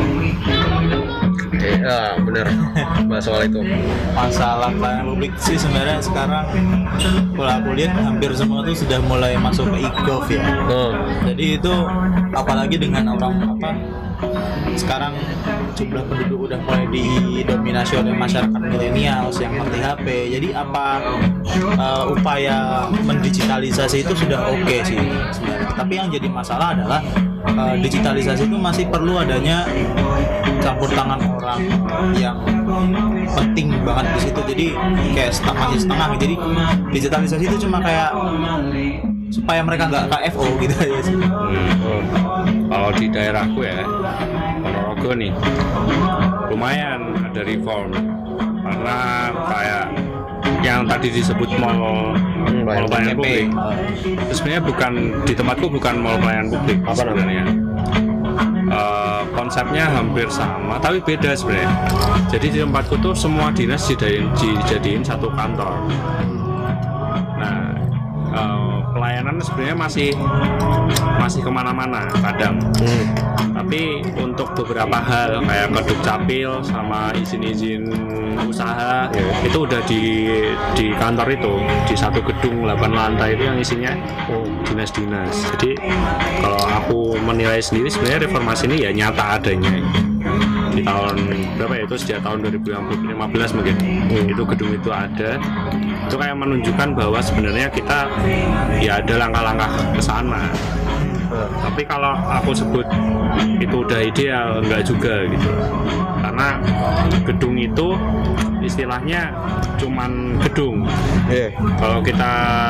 Ya benar, bahas soal itu. Masalah pelayanan publik sih sebenarnya sekarang kalau aku lihat hampir semua tuh sudah mulai masuk ke e-gov ya. Oh, Jadi itu apalagi dengan orang apa sekarang jumlah penduduk udah mulai didominasi oleh masyarakat milenial yang ngerti H P. Jadi apa uh, upaya mendigitalisasi itu sudah oke sih sebenarnya. Tapi yang jadi masalah adalah uh, digitalisasi itu masih perlu adanya campur tangan orang yang penting banget di situ. Jadi kayak setengah masih setengah. Jadi digitalisasi itu cuma kayak supaya mereka nggak K F O gitu aja sih. Hmm. Kalau di daerahku ya, Ponorogo nih, lumayan ada reform karena kayak yang tadi disebut mall mall pelayanan publik. Itu sebenarnya bukan di tempatku bukan mall pelayanan publik apa sebenarnya. Uh, konsepnya hampir sama tapi beda sebenarnya. Jadi di tempatku tuh semua dinas dijadiin, dijadiin satu kantor. Nah, uh, pelayanan sebenarnya masih masih kemana-mana kadang. hmm. Tapi untuk beberapa hal kayak keduk capil sama izin-izin usaha Yeah. itu udah di di kantor itu di satu gedung delapan lantai itu yang isinya dinas-dinas. Jadi kalau aku menilai sendiri sebenarnya reformasi ini ya nyata adanya di tahun berapa ya, itu sejak tahun dua ribu lima belas mungkin. Hmm. Itu gedung itu ada, itu kayak menunjukkan bahwa sebenarnya kita ya ada langkah-langkah ke sana. Tapi kalau aku sebut itu udah ideal, enggak juga gitu. Karena gedung itu istilahnya cuman gedung. Iya. Kalau kita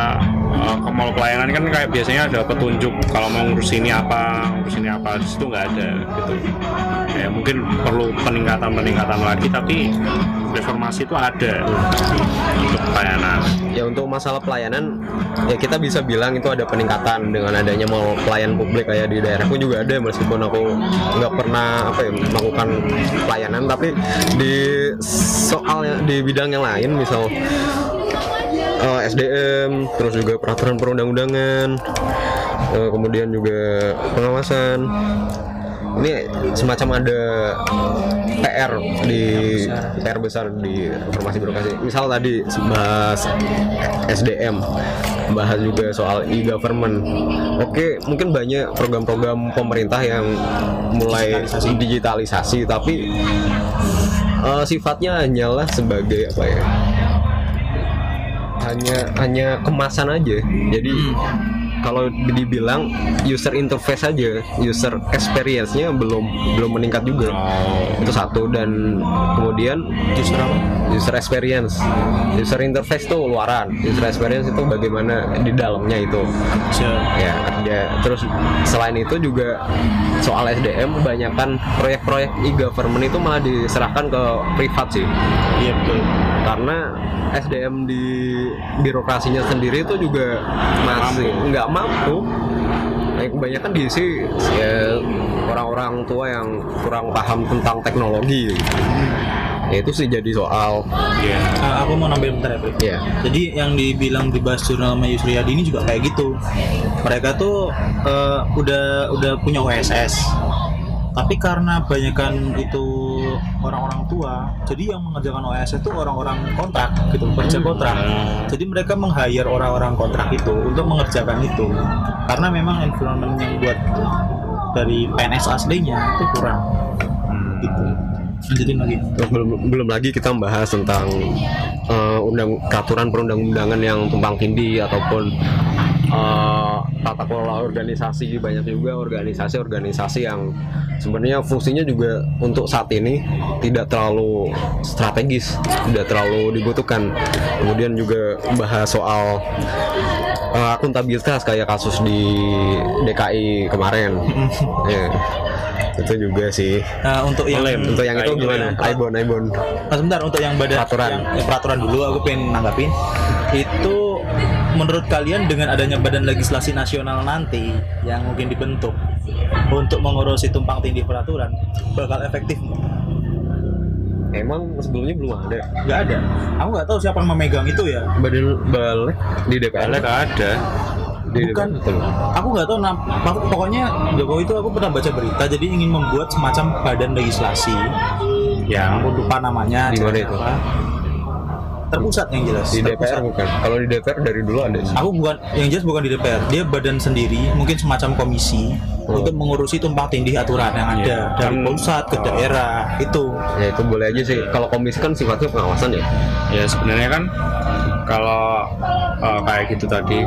uh, ke mall pelayanan kan kayak biasanya ada petunjuk kalau mau ngurus ini apa, ngurus ini apa, di situ nggak ada gitu. Ya mungkin perlu peningkatan-peningkatan lagi, tapi reformasi itu ada untuk pelayanan. Ya untuk masalah pelayanan ya kita bisa bilang itu ada peningkatan dengan adanya mall pelayan publik kayak di daerahku juga ada, meskipun aku nggak pernah apa ya melakukan pelayanan, tapi di soal di bidang yang lain misal uh, S D M, terus juga peraturan perundang-undangan, uh, kemudian juga pengawasan. Ini semacam ada P R di P R besar di reformasi birokrasi. Misal tadi bahas S D M, bahas juga soal e-government. Oke, mungkin banyak program-program pemerintah yang mulai digitalisasi, digitalisasi tapi uh, sifatnya hanyalah sebagai apa ya? Hanya hanya kemasan aja. Jadi kalau dibilang user interface aja, user experience-nya belum belum meningkat juga. Oh. Itu satu. Dan kemudian user user experience, user interface tuh luaran, user experience itu bagaimana di dalamnya itu. Sure. Ya, ya. Terus selain itu juga soal S D M, kebanyakan proyek-proyek e-government itu malah diserahkan ke privat sih. Iya betul. Karena S D M di birokrasinya sendiri itu juga masih nggak mampu. Nah, kebanyakan diisi ya orang-orang tua yang kurang paham tentang teknologi. Ya, itu sih jadi soal. Yeah. Uh, aku mau nambahin bentar ya, Bro. Yeah. Jadi yang dibilang dibahas jurnal sama Yusri Yadi ini juga kayak gitu. Mereka tuh uh, udah udah punya O S S. Tapi karena banyakan itu orang-orang tua, jadi yang mengerjakan O S S itu orang-orang kontrak gitu, pekerja kontrak. Jadi mereka meng-hire orang-orang kontrak itu untuk mengerjakan itu. Karena memang environment yang buat dari P N S aslinya itu kurang. Gitu. Jadi lagi. Belum belum lagi kita membahas tentang uh, undang peraturan perundang-undangan yang tumpang tindih ataupun uh, tata kelola organisasi. Banyak juga organisasi-organisasi yang sebenarnya fungsinya juga untuk saat ini tidak terlalu strategis, tidak terlalu dibutuhkan. Kemudian juga bahas soal uh, akuntabilitas kayak kasus di D K I kemarin. Ya. Itu juga sih. Nah, untuk yang Oleh, untuk yang itu gimana? Aibon, Aibon. Nah, sebentar, untuk yang badan peraturan. Yang, ya, peraturan dulu aku pengen nanggapin. Itu menurut kalian dengan adanya Badan Legislasi Nasional nanti yang mungkin dibentuk untuk mengurusi tumpang tindih peraturan bakal efektif nggak? Emang sebelumnya belum ada? Nggak ada. Aku nggak tahu siapa yang memegang itu ya. Badan balik di D P R nggak ada. Di bukan, aku nggak tahu. Nah, pokoknya Jokowi itu aku pernah baca berita, jadi ingin membuat semacam badan legislasi yang aku lupa namanya. Di mana itu? Terpusat yang jelas. Di D P R terpusat. Bukan. Kalau di D P R dari dulu ada sih. Aku bukan, yang jelas bukan di D P R. Dia badan sendiri, mungkin semacam komisi oh. untuk mengurusi tumpang tindih aturan yang ada yeah. dari pusat ke oh. daerah itu. Ya itu boleh aja sih. Kalau komisi kan sifatnya pengawasan ya. Ya sebenarnya kan kalau uh, kayak gitu tadi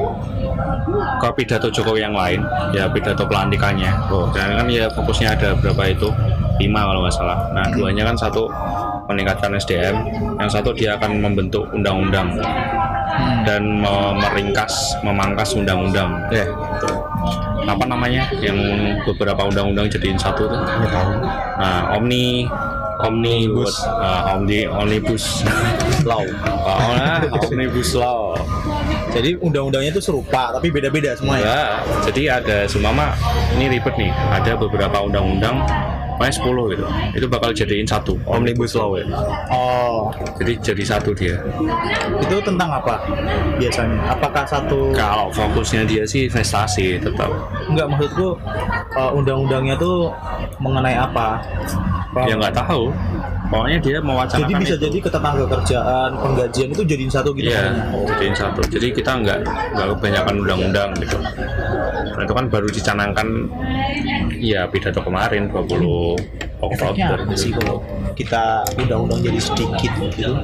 ke pidato Jokowi yang lain, ya pidato pelantikannya. Oh. Dan kan ya fokusnya ada berapa itu? lima kalau nggak salah. Nah, duanya kan satu meningkatkan S D M, yang satu dia akan membentuk undang-undang dan meringkas, memangkas undang-undang. Ya, gitu. Apa namanya? Yang beberapa undang-undang jadiin satu tuh. Nah, Omni Omnibus, uh, Omni Omnibus Law, oh, nah, Omnibus Law. Jadi undang-undangnya itu serupa, tapi beda-beda semua ya. Ya, jadi ada sumama ini ribet nih. Ada beberapa undang-undang, pokoknya sepuluh gitu. Itu bakal jadiin satu Omnibus Law ya. Oh, jadi jadi satu dia. Itu tentang apa biasanya? Apakah satu? Kalau fokusnya dia sih investasi tetap. Enggak, maksudku uh, undang-undangnya tuh mengenai apa? Wow. Ya nggak tahu. Pokoknya dia mewacanakan. Jadi bisa itu. jadi ketenagakerjaan, penggajian itu jadiin satu gitu. Iya, jadiin satu. Jadi kita nggak nggak kebanyakan undang-undang gitu. Nah, itu kan baru dicanangkan ya pidato kemarin dua puluh Oktober. Efeknya apa sih kalau kita undang-undang jadi sedikit gitu?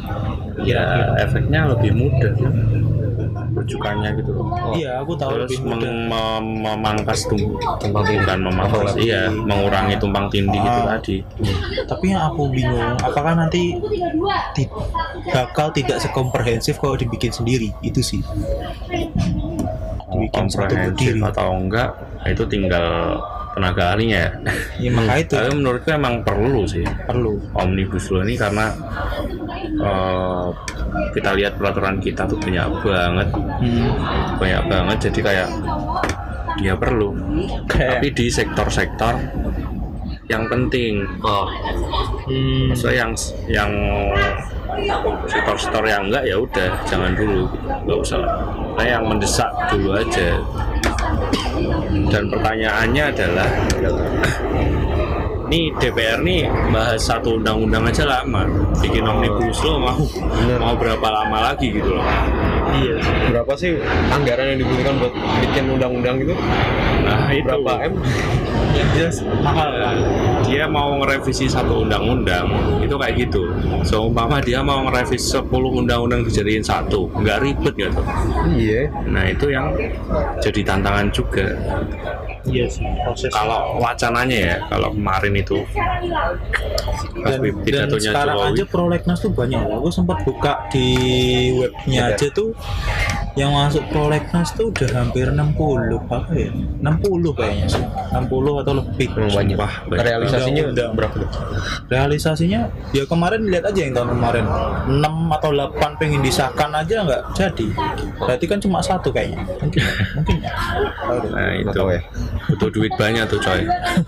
Ya efeknya lebih mudah ya. Rujukannya gitu loh. Oh. Iya, aku tahu. Terus lebih mem- mem- memangkas tumpang tindih dan memangkas, oh, iya, mengurangi tumpang tindih ah. itu tadi. Tapi yang aku bingung, apakah nanti ti- bakal tidak sekomprehensif kalau dibikin sendiri? Itu sih. dibikin satu komprehensif berdiri. atau enggak itu tinggal tenaga ahlinya ya. Ya maka itu Tapi menurutku emang perlu sih perlu. omnibus law ini karena uh, kita lihat peraturan kita tuh banyak banget, Hmm. banyak banget. Jadi kayak ya perlu. Kayak Tapi di sektor-sektor yang penting. Oh, hmm. Maksudnya yang yang sektor-sektor yang enggak ya udah jangan dulu, nggak usah. Nah yang mendesak dulu aja. Dan pertanyaannya adalah, nih D P R nih bahas satu undang-undang aja lama, bikin omnibus law mau mau berapa lama lagi gitu loh. Iya. berapa sih anggaran yang dibutuhkan buat bikin undang-undang gitu? Nah itu Berapa M? Yang jelas mahal kan. dia mau ngerevisi satu undang-undang itu kayak gitu. Seumpama dia mau ngerevisi sepuluh undang-undang dijadiin satu, nggak ribet gitu. Iya. Nah itu yang jadi tantangan juga. Iya sih proses. Kalau wacananya ya, kalau kemarin itu pas dan, dan pidatonya sekarang Jokowi, aja prolegnas tuh banyak. Aku sempat buka di webnya Ada. aja tuh yang masuk prolegnas tuh udah hampir enam puluh apa ya? enam puluh kayaknya sih. enam puluh atau lebih. Emang banyak. Sumpah, banyak. Realisasinya Undang-undang. berapa tuh? Realisasinya ya kemarin lihat aja yang tahun kemarin enam atau delapan pengen disahkan aja nggak jadi. Berarti kan cuma satu kayaknya. Mungkin mungkin ya. Tahu deh. nah Nggak itu tahu ya. butuh duit banyak tuh coy.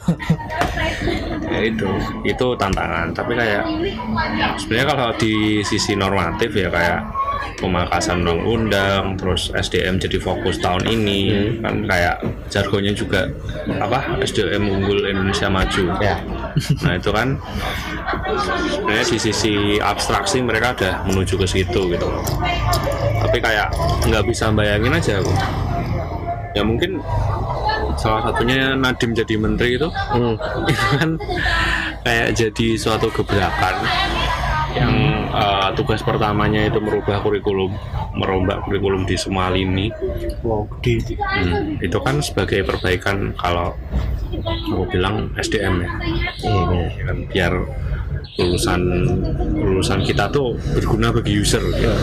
Ya itu, itu tantangan. Tapi kayak sebenarnya kalau di sisi normatif ya kayak pemangkasan undang-undang, terus S D M jadi fokus tahun ini, Hmm. kan kayak jargonnya juga apa S D M unggul Indonesia maju. Ya. Nah itu kan sebenarnya di sisi abstraksi mereka udah menuju ke situ gitu. Tapi kayak nggak bisa bayangin aja aku. Ya mungkin salah satunya Nadiem jadi menteri itu, Hmm. itu kan kayak jadi suatu gebrakan yang uh, tugas pertamanya itu merubah kurikulum, merombak kurikulum di semua lini. Wow, gede. Hmm, itu kan sebagai perbaikan kalau aku bilang S D M ya. Iya, benar. Ya kan, biar lulusan lulusan kita tuh berguna bagi user gitu.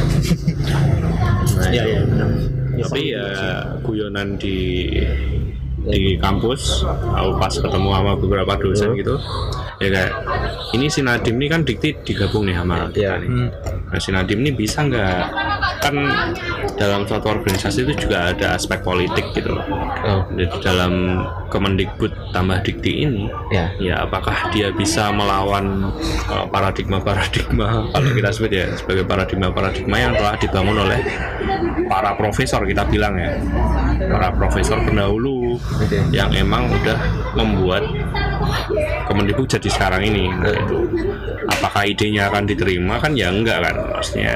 Nah, Iya itu. iya benar. Tapi ya guyonan di di kampus, aku pas ketemu sama beberapa dosen Hmm. gitu, ya kayak ini si Nadiem ini kan dikti digabung nih sama kita Iya. nih. Hmm. Nah, si Nadiem ini bisa nggak, kan dalam suatu organisasi itu juga ada aspek politik gitu loh. Oh, Di dalam Kemendikbud tambah dikti ini, ya. ya apakah dia bisa melawan uh, paradigma-paradigma kalau kita sebut ya sebagai paradigma-paradigma yang telah dibangun oleh para profesor, kita bilang ya, para profesor pendahulu Oke. yang emang udah membuat Kemendikbud jadi sekarang ini. Nah, itu apakah idenya akan diterima? Kan ya enggak kan, maksudnya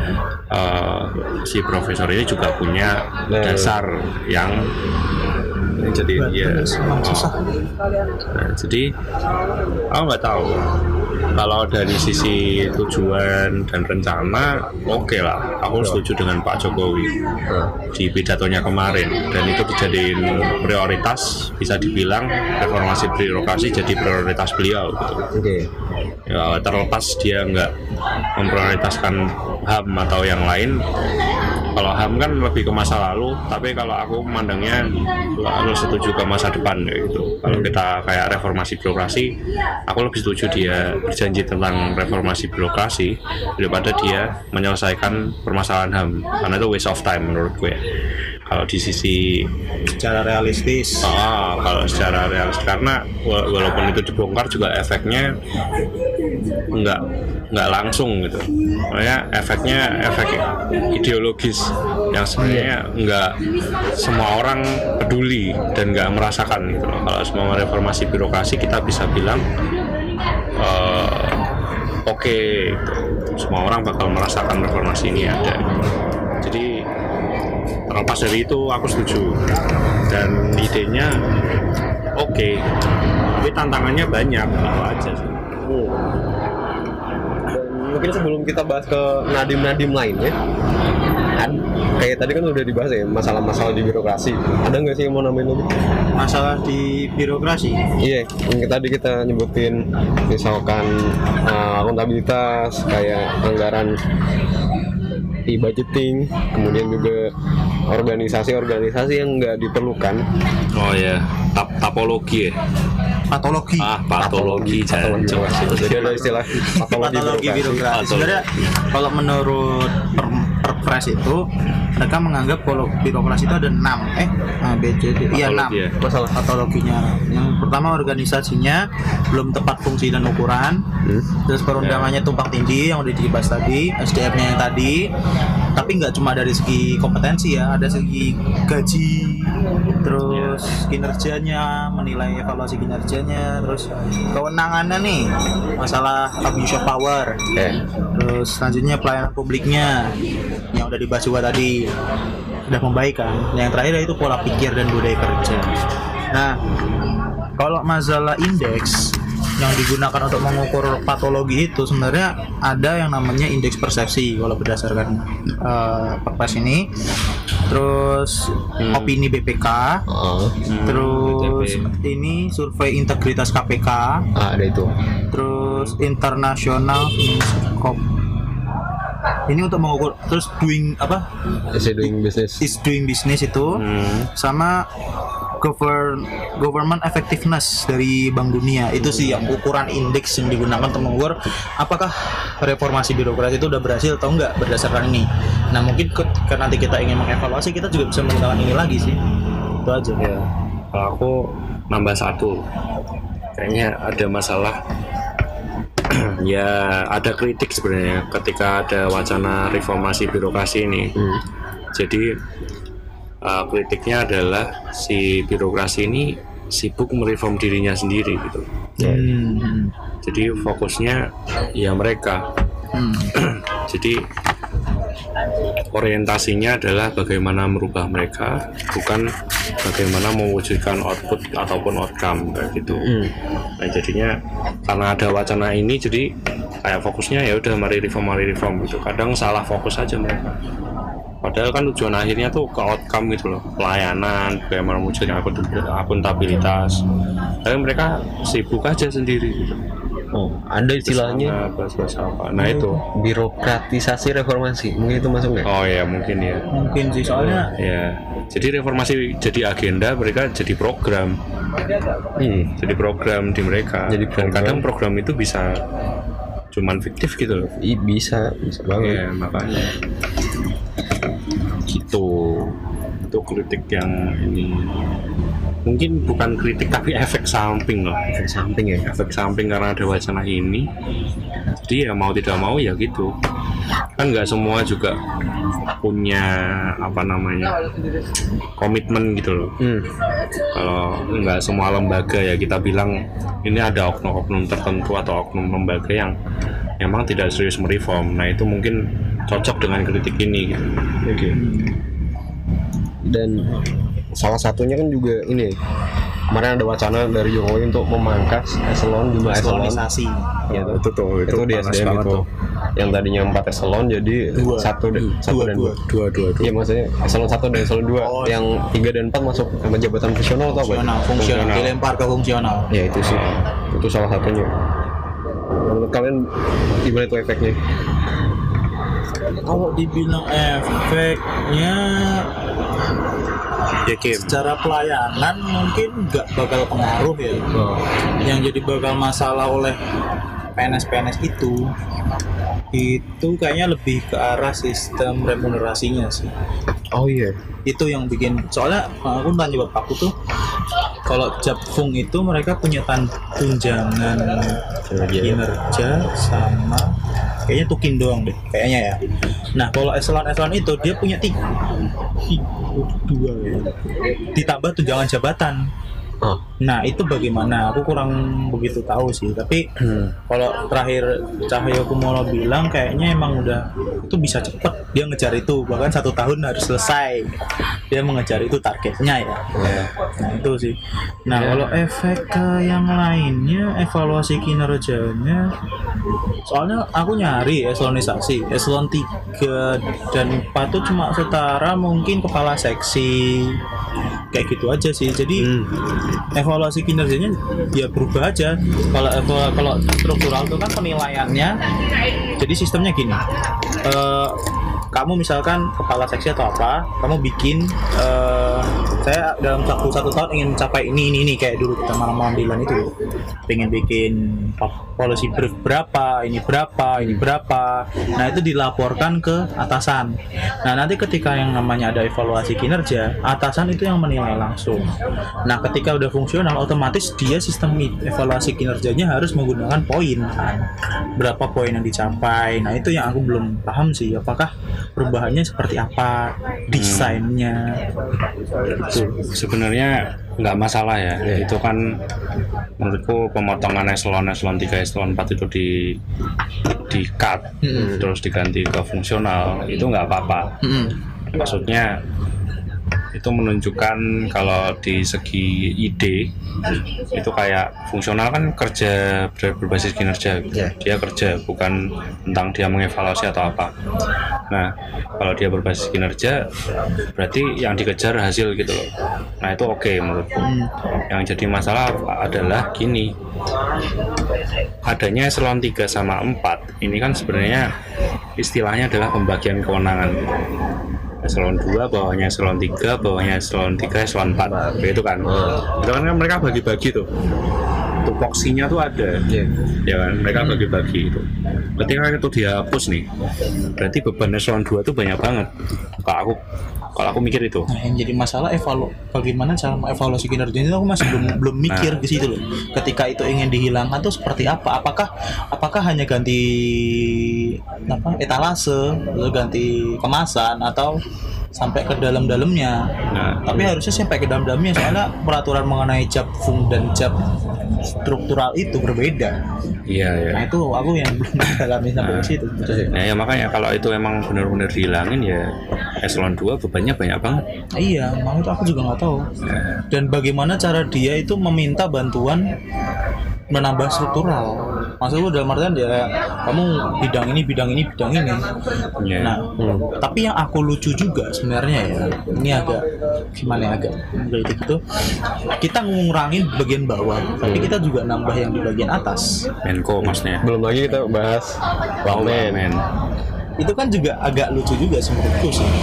uh, si profesor ini juga punya dasar yang jadi ya Emang susah. Nah, jadi aku nggak tahu kalau dari sisi tujuan dan rencana oke lah, aku setuju dengan Pak Jokowi di pidatonya kemarin, dan itu dijadiin prioritas, bisa dibilang reformasi birokrasi jadi prioritas beliau gitu. Oke. Ya, terlepas dia nggak memprioritaskan H A M atau yang lain. Kalau H A M kan lebih ke masa lalu, tapi kalau aku memandangnya harus setuju ke masa depan gitu. Kalau kita kayak reformasi birokrasi, aku lebih setuju dia berjanji tentang reformasi birokrasi daripada dia menyelesaikan permasalahan H A M, karena itu waste of time menurut gue. Kalau di sisi Secara realistis. ah, kalau secara realistis, karena wa- walaupun itu dibongkar juga efeknya nggak nggak langsung gitu. Makanya efeknya efek ideologis yang sebenarnya nggak semua orang peduli dan nggak merasakan gitu loh. Kalau semua reformasi birokrasi kita bisa bilang eh, oke, gitu. Semua orang bakal merasakan reformasi ini ada. Jadi terlepas dari itu aku setuju dan idenya oke, tapi tantangannya banyak itu aja sih. Dan mungkin sebelum kita bahas ke Nadiem-Nadiem lainnya, kan kayak tadi kan udah dibahas ya masalah-masalah di birokrasi. Ada nggak sih yang mau nambahin lagi? Masalah di birokrasi. Iya, yang tadi kita nyebutin misalkan uh, akuntabilitas, kayak anggaran e-budgeting, kemudian juga organisasi-organisasi yang nggak diperlukan. Oh ya, tap tapologi ya. Patologi. Ah, patologi patologi jancuk. birokrasi. Jadi ada istilah patologi Patologi birokrasi. birokrasi. Sebenarnya kalau menurut per- Perpres itu mereka menganggap kalau birokrasi itu ada enam eh A, B C D iya enam Patologi ya? masalah patologinya. Yang pertama organisasinya belum tepat fungsi dan ukuran, Hmm. terus perundangannya tumpang tindih yang udah dibahas tadi, S D M-nya yang tadi, tapi nggak cuma dari segi kompetensi ya, ada segi gaji, terus kinerjanya, menilai evaluasi kinerjanya, terus kewenangannya nih, masalah abuse of power, Eh. terus selanjutnya pelayanan publiknya yang udah dibahas juga tadi sudah membaik kan. Yang terakhir itu pola pikir dan budaya kerja. Nah, kalau masalah indeks yang digunakan untuk mengukur patologi itu sebenarnya ada yang namanya indeks persepsi kalau berdasarkan uh, Perpres ini. Terus Hmm. opini B P K, Oh. terus B T P. ini survei integritas K P K, Ah, ada itu. terus internasional Finscope. Ini untuk mengukur, terus doing apa? Is it doing business? Is doing business itu, Hmm. sama govern government effectiveness dari Bank Dunia. Itu sih yang ukuran indeks yang digunakan untuk mengukur apakah reformasi birokrasi itu udah berhasil atau enggak berdasarkan ini. Nah, mungkin ketika nanti kita ingin mengevaluasi, kita juga bisa menggunakan ini lagi sih. Itu aja. Ya, kalau aku nambah satu, kayaknya ada masalah. Ya, ada kritik sebenarnya ketika ada wacana reformasi birokrasi ini. Hmm. Jadi uh, kritiknya adalah si birokrasi ini sibuk mereform dirinya sendiri gitu. Hmm. Jadi fokusnya ya mereka. Hmm. Jadi orientasinya adalah bagaimana merubah mereka, bukan bagaimana mewujudkan output ataupun outcome kayak gitu. Hmm. Nah, jadinya karena ada wacana ini, jadi kayak fokusnya ya udah mari reform, mari reform gitu. Kadang salah fokus aja mereka. Padahal kan tujuan akhirnya tuh ke outcome gitu loh, pelayanan, bagaimana mewujudkan akuntabilitas. Tapi mereka sibuk aja sendiri gitu. Oh, ada istilahnya bahas-bahas apa. Nah itu. birokratisasi reformasi. Mungkin itu masuk nggak? Oh ya mungkin ya. Mungkin sih soalnya Ya. Jadi reformasi jadi agenda, mereka jadi program. Hmm. Jadi program di mereka. Jadi Dan program. kadang program itu bisa cuman fiktif gitu loh. I, bisa, bisa banget. Ya makanya. Gitu. Itu kritik yang ini. Mungkin bukan kritik tapi efek samping loh. Efek samping ya. Efek samping karena ada wacana ini. Jadi ya mau tidak mau ya gitu. Kan nggak semua juga punya apa namanya komitmen gitu loh. Hmm. Kalau nggak semua lembaga ya kita bilang ini ada oknum-oknum tertentu atau oknum lembaga yang memang tidak serius mereform. Nah itu mungkin cocok dengan kritik ini gitu. Oke. Dan salah satunya kan juga ini kemarin ada wacana dari Jokowi untuk memangkas eselon jumlah eselon. eselonisasi. Ya, itu tuh itu, itu di S D M itu yang tadinya empat eselon jadi Dua. satu dan satu Dua, dan dua. dua dua dua iya maksudnya eselon satu dan eselon dua Oh, yang tiga dan empat masuk sama jabatan fungsional atau apa? Fungsional, fungsional, dilempar ke fungsional. Ya itu sih itu salah satunya. Menurut kalian gimana itu efeknya? Kalau dibilang efeknya Ya Kim. secara pelayanan mungkin nggak bakal pengaruh ya. Oh. Yang jadi bakal masalah oleh P N S P N S itu itu kayaknya lebih ke arah sistem remunerasinya sih. Oh iya. Itu yang bikin, soalnya aku tanya bapakku tuh kalau Japfung itu mereka punya tan tunjangan kinerja sama kayaknya tukin doang deh kayaknya ya. Nah kalau eselon-eselon itu dia punya tiga, tiga dua ya. Ditambah tunjangan jabatan. Oh. Nah itu bagaimana? Aku kurang begitu tahu sih. Tapi Hmm. kalau terakhir Cahyo Kumolo bilang kayaknya emang udah itu bisa cepet dia ngejar itu, bahkan satu tahun harus selesai. Dia mengejar itu targetnya ya. Yeah. Nah itu sih. Nah kalau efek ke yang lainnya evaluasi kinerjanya, soalnya aku nyari eselonisasi eselon tiga dan empat tuh cuma setara mungkin kepala seksi kayak gitu aja sih. Jadi Hmm. evaluasi kinerjanya ya berubah aja. Kalau evalu- kalau struktural itu kan penilaiannya, jadi sistemnya gini, eh, kamu misalkan kepala seksi atau apa, kamu bikin uh, saya dalam waktu satu tahun ingin mencapai ini ini ini kayak dulu kita malam-malam Dilan itu, pengen bikin policy brief berapa, ini berapa, ini berapa. Nah itu dilaporkan ke atasan. Nah nanti ketika yang namanya ada evaluasi kinerja, atasan itu yang menilai langsung. Nah ketika udah fungsional, otomatis dia sistem evaluasi kinerjanya harus menggunakan poin kan, berapa poin yang dicapai. Nah itu yang aku belum paham sih, apakah perubahannya seperti apa, desainnya. Itu sebenarnya nggak masalah ya, yeah. Itu kan menurutku pemotongan eselon eselon tiga eselon empat itu di di cut mm-hmm. terus diganti ke fungsional itu nggak apa-apa. Mm-hmm. Maksudnya itu menunjukkan kalau di segi ide itu kayak fungsional kan kerja berbasis kinerja, yeah. Dia kerja bukan tentang dia mengevaluasi atau apa. Nah kalau dia berbasis kinerja berarti yang dikejar hasil gitu loh. Nah itu oke okay, menurutku. mm. Yang jadi masalah adalah gini, adanya eselon tiga sama empat ini kan sebenarnya istilahnya adalah pembagian kewenangan. Eselon dua, bawahnya eselon tiga, bawahnya eselon tiga, eselon empat, begitu kan? Hmm. Itu kan, kan mereka bagi-bagi tuh. Tupoksinya tuh ada, yeah. Ya kan? Mereka bagi-bagi itu. Ketika itu dihapus nih, berarti beban eselon dua tuh banyak banget. Kalau aku, kalau aku mikir itu. Nah, yang jadi masalah evalu, bagaimana cara mengevaluasi kinerjanya itu aku masih belum belum mikir nah. Ke situ loh. Ketika itu ingin dihilangkan tuh seperti apa? Apakah apakah hanya ganti apa etalase, ganti kemasan atau sampai ke dalam-dalamnya. Nah, tapi iya. Harusnya sampai ke dalam-dalamnya soalnya peraturan mengenai job fung dan job struktural itu berbeda. Iya, iya. Nah, itu aku yang belum dalami sampai nah, ke situ. Nah, ya makanya kalau itu emang benar-benar dihilangin ya eselon dua bebannya banyak banget. Iya, makanya itu aku juga nggak tahu. Nah. Dan bagaimana cara dia itu meminta bantuan menambah struktural. Maksudku dalam artian ya kamu bidang ini, bidang ini, bidang ini. Yeah. Nah, hmm. tapi yang aku lucu juga sebenarnya ya, ini agak gimana ya, agak menggelitik itu. Kita ngurangin bagian bawah, hmm. tapi kita juga nambah yang di bagian atas. Menko maksudnya. Belum lagi kita bahas Wamen. Itu kan juga agak lucu juga sih menurutku sih.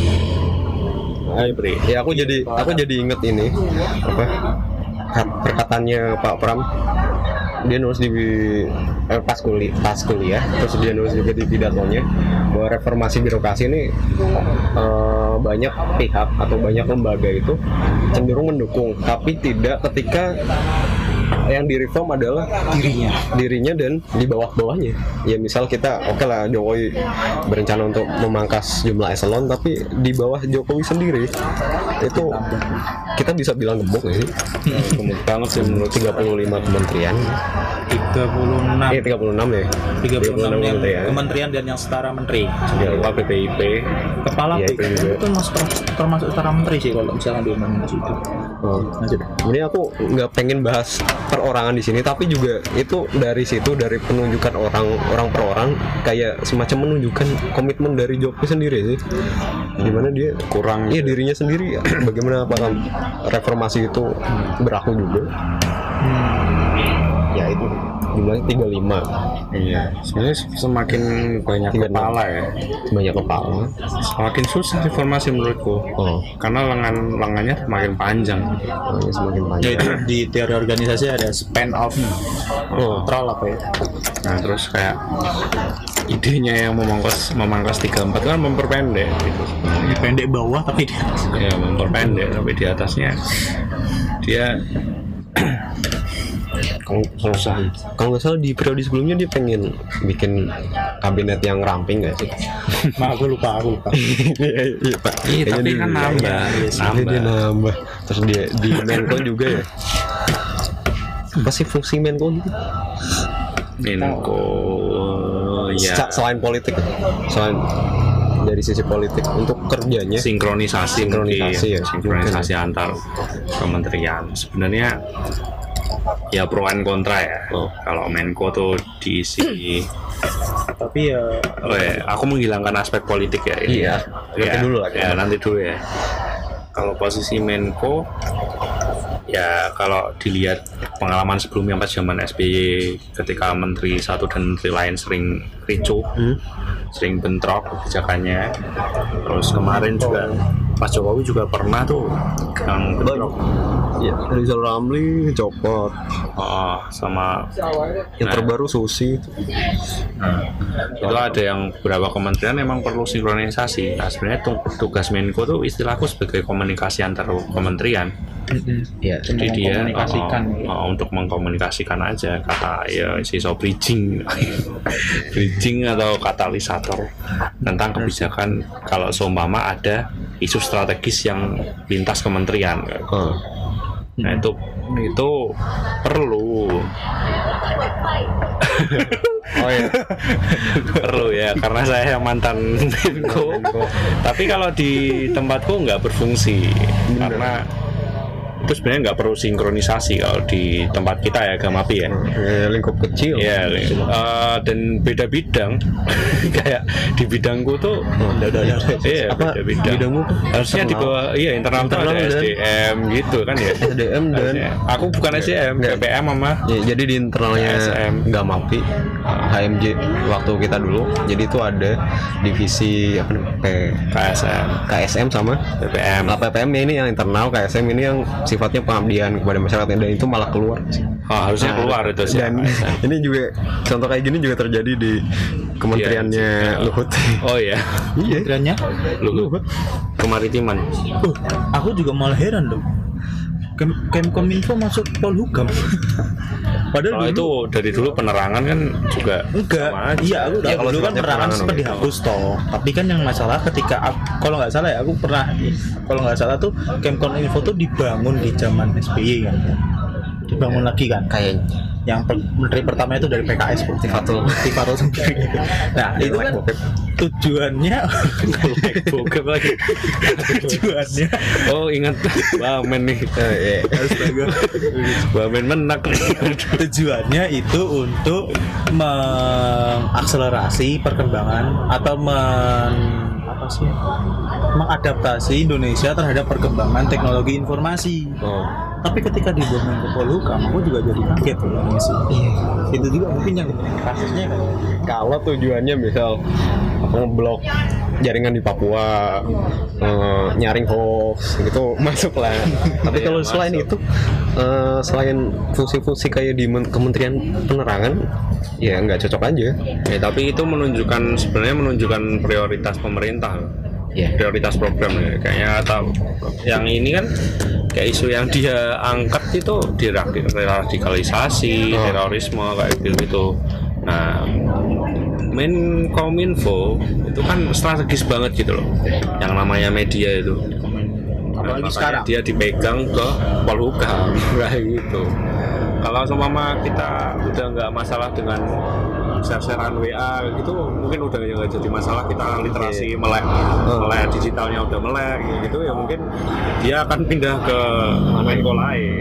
Hai Pri, ya aku jadi aku jadi inget ini apa perkataannya Pak Pram. Dia nulis di eh, pas kuliah pas kuliah terus dia nulis juga di pidatonya bahwa reformasi birokrasi ini eh, banyak pihak atau banyak lembaga itu cenderung mendukung, tapi tidak ketika yang direform adalah dirinya dirinya dan di bawah-bawahnya. Ya misal kita oke okay lah Jokowi berencana untuk memangkas jumlah eselon, tapi di bawah Jokowi sendiri itu kita bisa bilang gemuk ya sih. Gemuk banget sih menurut tiga puluh lima kementerian. tiga puluh enam Iya tiga puluh enam ya. tiga puluh enam yang kementerian. kementerian dan yang setara menteri. Jangan lupa B P I P. Kepala ya, B P I P itu masuk termasuk setara menteri sih kalau misalkan diundang di situ. Oh. Ini aku nggak pengen bahas perorangan di sini, tapi juga itu dari situ dari penunjukan orang orang per orang kayak semacam menunjukkan komitmen dari Jokowi sendiri sih. Gimana dia kurang iya dirinya sendiri. Bagaimana apakah reformasi itu berlaku juga? Hmm. Ya itu jumlahnya tiga puluh lima. Iya. Sebenarnya semakin banyak kepala ya, banyak kepala, semakin susah reformasi menurutku. Oh. Karena lengan lengannya semakin panjang. Oh, ya, semakin panjang. Jadi di teori organisasi ada span of oh. control apa ya? Nah terus kayak idenya yang memangkas memangkas tiga puluh empat kan memperpendek gitu. Ya, pendek bawah tapi di atas. Ya memperpendek tapi di atasnya dia kalau salah kalau nggak salah di periode sebelumnya dia pengen bikin kabinet yang ramping nggak sih? Nah, aku lupa aku lupa. Iya pak. Iya tapi kan nambah, nambah. Dia nambah. Terus dia di Menko juga ya. Apa sih fungsi Menko gitu? Menko ya. Selain politik, selain dari sisi politik untuk kerjanya sinkronisasi sinkronisasi ya sinkronisasi antar kementerian sebenarnya ya pro and kontra ya. Oh. Kalau Menko tuh diisi tapi ya oh ya aku menghilangkan aspek politik ya ini iya ya, nanti dulu lah ya nanti dulu ya. Kalau posisi Menko ya kalau dilihat pengalaman sebelumnya pas zaman S B Y ketika menteri satu dan menteri lain sering ricuh, hmm? sering bentrok kebijakannya. Terus kemarin juga Pak Jokowi juga pernah tuh yang bentrok. Ya, Rizal Ramli copot. Oh, sama yang nah, terbaru Susi itu. Nah, itu ada yang beberapa kementerian memang perlu sinkronisasi. Nah, sebenarnya tugas Menko tuh istilahku sebagai komunikasi antar kementerian. Ya, jadi dia mengkomunikasikan uh, uh, untuk mengkomunikasikan aja kata ya sisa bridging bridging atau katalisator tentang kebijakan kalau seumpama ada isu strategis yang lintas kementerian. Uh. Nah itu itu perlu oh ya perlu ya karena saya mantan Menko. Tapi kalau di tempatku nggak berfungsi. Bener. Karena itu sebenarnya nggak perlu sinkronisasi kalau di tempat kita ya Gamapi ya, ya lingkup kecil ya uh, dan beda bidang kayak di bidangku tuh oh, ada, ada, ada. Iya, apa beda bidang bidangmu harusnya di bawah iya internal, internal tuh ada S D M gitu kan ya S D M dan harusnya. Aku bukan S D M P P M sama ya, jadi di internalnya S M Gamapi H M J waktu kita dulu jadi itu ada divisi apa namanya K S M K S M sama P P M. Nah, P P M ini yang internal, K S M ini yang sifatnya pengabdian kepada masyarakat dan itu malah keluar. Oh, harusnya nah, keluar itu sih. Dan ini juga contoh kayak gini juga terjadi di kementeriannya ya, Luhut. Oh iya. Iya. Kementeriannya Luhut. Kemaritiman. Uh, aku juga malah heran dong. Kem Kemkominfo masuk Polhukam. kalau Padahal dulu, itu dari dulu penerangan kan juga enggak. Iya, aku udah ya, dulu kan penerangan sempat dihapus toh. Tapi kan yang masalah ketika aku, kalau nggak salah ya aku pernah kalau nggak salah tuh Kemkominfo tuh dibangun di zaman S B Y kan. Dibangun ya, lagi kan kayaknya. Yang per, menteri pertama itu dari P K S Tifatul Tifatul sendiri. Nah itu kan tujuannya bokep lagi tujuannya oh ingat Wamen nih astaga Wamen menak tujuannya itu untuk mengakselerasi perkembangan atau men apa sih mengadaptasi Indonesia terhadap perkembangan teknologi informasi. Oh. Tapi ketika dibangun ke Polhukam, aku juga jadi kaget loh sih. Iya. Itu juga mungkin yang kasusnya kan. Kalau tujuannya misal apa ngeblok jaringan di Papua, uh, nyaring hoax gitu masuk lah. Tapi kalau selain itu, uh, selain fungsi-fungsi kayak di Kementerian Penerangan, ya nggak cocok aja. Ya, tapi itu menunjukkan sebenarnya menunjukkan prioritas pemerintah. Yeah. Prioritas program ya. Kayaknya atau yang ini kan kayak isu yang dia angkat itu deradikalisasi, oh. terorisme kayak gitu. Nah, Menkominfo itu kan strategis banget gitu loh. Yang namanya media itu. Nah, apalagi sekarang dia dipegang ke Polhukam kayak gitu. Kalau seumpama kita udah nggak masalah dengan share-sharean W A gitu, mungkin udah nggak jadi masalah, kita literasi okay. melek, melek digitalnya udah melek gitu ya, mungkin dia akan pindah ke Menko lain.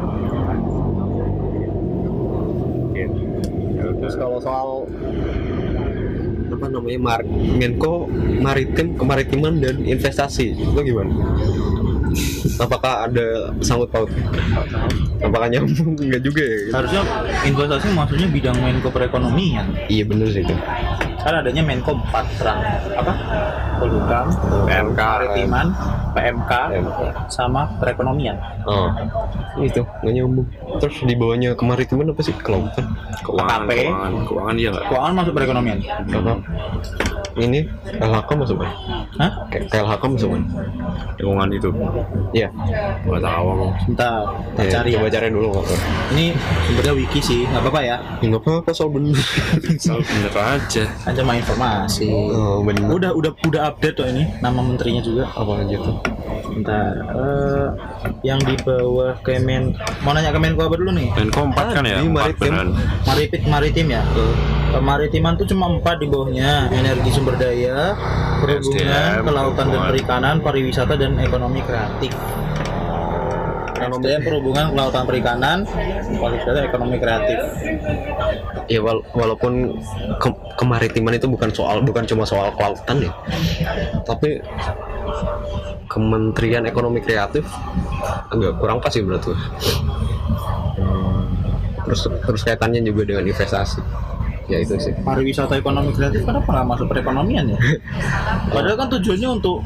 Gitu. Terus kalau soal apa namanya Mar Menko Maritim, Kemaritiman dan Investasi itu gimana? Apakah ada sangkut paut? Apakah nyambung? Enggak juga ya? Gitu. Harusnya investasi maksudnya bidang Menko perekonomian. Iya benar sih itu. Kan adanya Menko empat terang apa? Polhukam, P M K, Kemaritiman, P M K, sama perekonomian. Oh, itu nggak nyambung. Terus di bawahnya kemaritiman apa sih? Kelautan, keuangan, keuangan, keuangan iya nggak? Keuangan masuk perekonomian. Apa? Ini L H K masuk kan? Hah? K L H K masuk kan? Lingkungan itu. Iya. Nggak tahu. Bentar, kita ya, cari. Coba ya. Cari dulu nggak? Ini sumbernya wiki sih, nggak apa-apa ya? Nggak apa-apa, soal bener. Soal bener aja. Kan cuma informasi. Oh bener. Udah udah udah update tuh ini nama menterinya juga. Apa aja tuh? Bentar, uh, yang di bawah Kemen, mau nanya ke Menko apa dulu nih? Menko empat kan ya? Maritim. Maritim, maritim ya. Uh. Maritiman tuh cuma empat di bawahnya: energi sumber daya, perhubungan, kelautan dan perikanan, pariwisata dan ekonomi kreatif. S D M, perhubungan, kelautan, perikanan, pariwisata, ekonomi kreatif. Ya wala walaupun ke kemaritiman itu bukan soal bukan cuma soal kelautan ya, tapi Kementerian Ekonomi Kreatif enggak kurang pas sih berarti. Terus terus kaitannya juga dengan investasi. Ya itu sih. Pariwisata ekonomi kreatif kenapa nggak masuk perekonomian ya? Padahal kan tujuannya untuk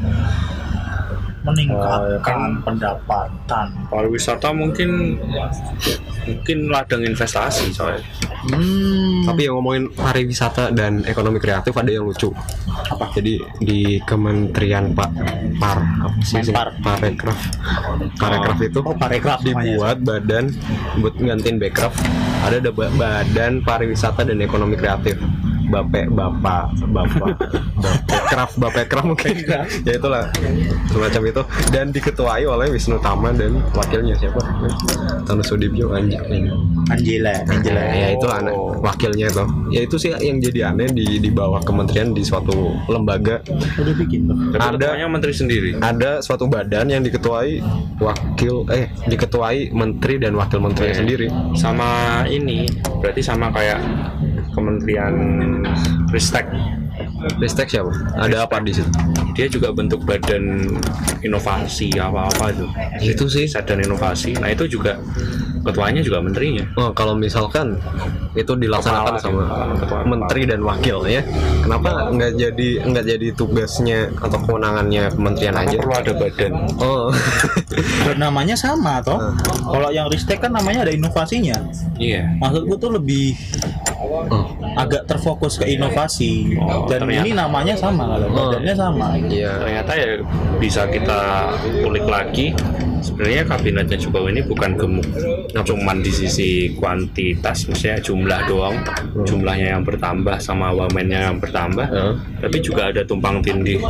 meningkatkan pendapatan. Pariwisata mungkin mungkin ladang investasi soalnya. Hmm. Tapi yang ngomongin pariwisata dan ekonomi kreatif ada yang lucu. Apa? Jadi di Kementerian Pak Par apa sih? Menpar. Parekraf. Parekraf itu Oh, parekraf namanya. dibuat badan buat gantiin Bekraf. Ada ada ba- Badan Pariwisata dan Ekonomi Kreatif. Bapak Bapak Bapak Bapekraf Bapekraf mungkin ya itulah semacam itu, dan diketuai oleh Wisnu Tama dan wakilnya siapa? Tanu Sudibyo Anjing. Angela, Angela. Ya itu anak wakilnya itu. Ya itu sih yang jadi aneh di di bawah kementerian di suatu lembaga Udah bikin tuh. Tapi Ada- ketuanya menteri sendiri. ada suatu badan yang diketuai wakil eh diketuai menteri dan wakil menterinya Oke. sendiri. Sama ini berarti sama kayak Kementerian Ristek. Ristek siapa? Ada apa di situ? Dia juga bentuk badan inovasi apa-apa itu. Itu sih. Riset dan inovasi. Nah itu juga ketuanya juga menterinya. Oh, kalau misalkan itu dilaksanakan Kepala, sama kepala, kepala. menteri dan wakil ya, kenapa nggak jadi nggak jadi tugasnya atau kewenangannya kementerian Kenapa aja? perlu ada badan? Oh, Dan namanya sama toh. Kalau yang Ristek kan namanya ada inovasinya. Iya. Maksudku tuh lebih oh, agak terfokus ke inovasi. Oh, Dan ternyata. ini namanya sama, kalau badannya sama. iya. Ternyata ya bisa kita ulik lagi. Sebenarnya kabinetnya Jokowi ini bukan gemuk cuman di sisi kuantitas, maksudnya jumlah doang, jumlahnya yang bertambah sama wamennya yang bertambah, Heeh. tapi juga ada tumpang tindih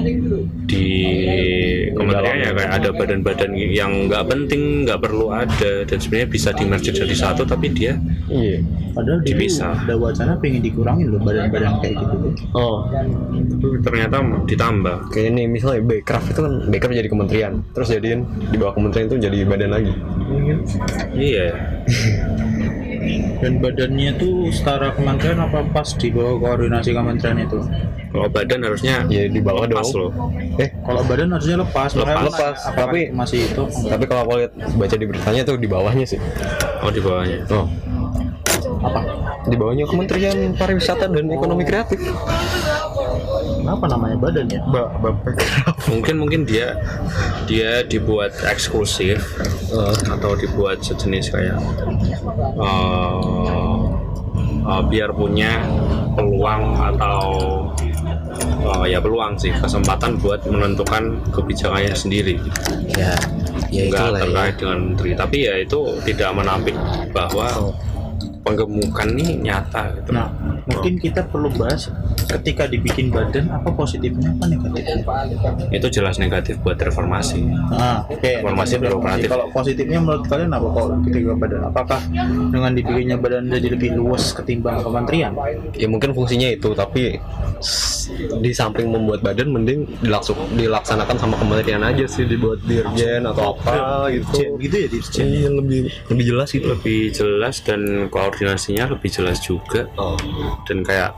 di kementeriannya, kayak ada badan-badan yang nggak penting, nggak perlu ada, dan sebenarnya bisa di-merge jadi satu, tapi dia Iya. Padahal dulu Dipisah. ada wacana pengen dikurangin loh badan-badan kayak gitu tuh. Oh, ternyata ditambah. kayak ini misalnya Bekraf itu kan Bekraf jadi kementerian, terus jadiin di bawah kementerian itu jadi badan lagi. Iya. Dan badannya tuh setara kementerian apa pas di bawah koordinasi kementerian itu? Kalau badan harusnya Ya di bawah lepas dong. loh. Eh, Kalau badan harusnya lepas, Lepas. makanya Lepas, apakah tapi- masih itu? tapi kalau aku lihat baca di beritanya tuh di bawahnya sih. Oh di bawahnya. Oh, Apa? di bawahnya Kementerian Pariwisata dan Ekonomi Kreatif. Apa namanya badannya? Ba Bapekraf. Mungkin mungkin dia dia dibuat eksklusif Oh, atau dibuat sejenis kayak uh, uh, biar punya peluang atau uh, ya peluang sih, kesempatan buat menentukan kebijakannya sendiri, ya, ya nggak itulah ya. terkait dengan menteri, tapi ya itu tidak menampik bahwa Oh. penggemukan ini nyata gitu. Nah, mungkin kita perlu bahas ketika dibikin badan apa positifnya apa negatifnya. Itu jelas negatif buat reformasi. Nah, oke. Informasi negatif, birokratif. Kalau positifnya menurut kalian apa kalau ketika badan? Apakah dengan dibikinnya badan jadi lebih luas ketimbang kementerian? Ya mungkin fungsinya itu, tapi s- di samping membuat badan mending dilaksu, dilaksanakan sama kementerian aja sih, dibuat dirjen atau apa Dirjen, gitu. gitu ya dirjen. Iya, lebih lebih jelas gitu. Lebih jelas dan koordinasinya lebih jelas juga, Oh. dan kayak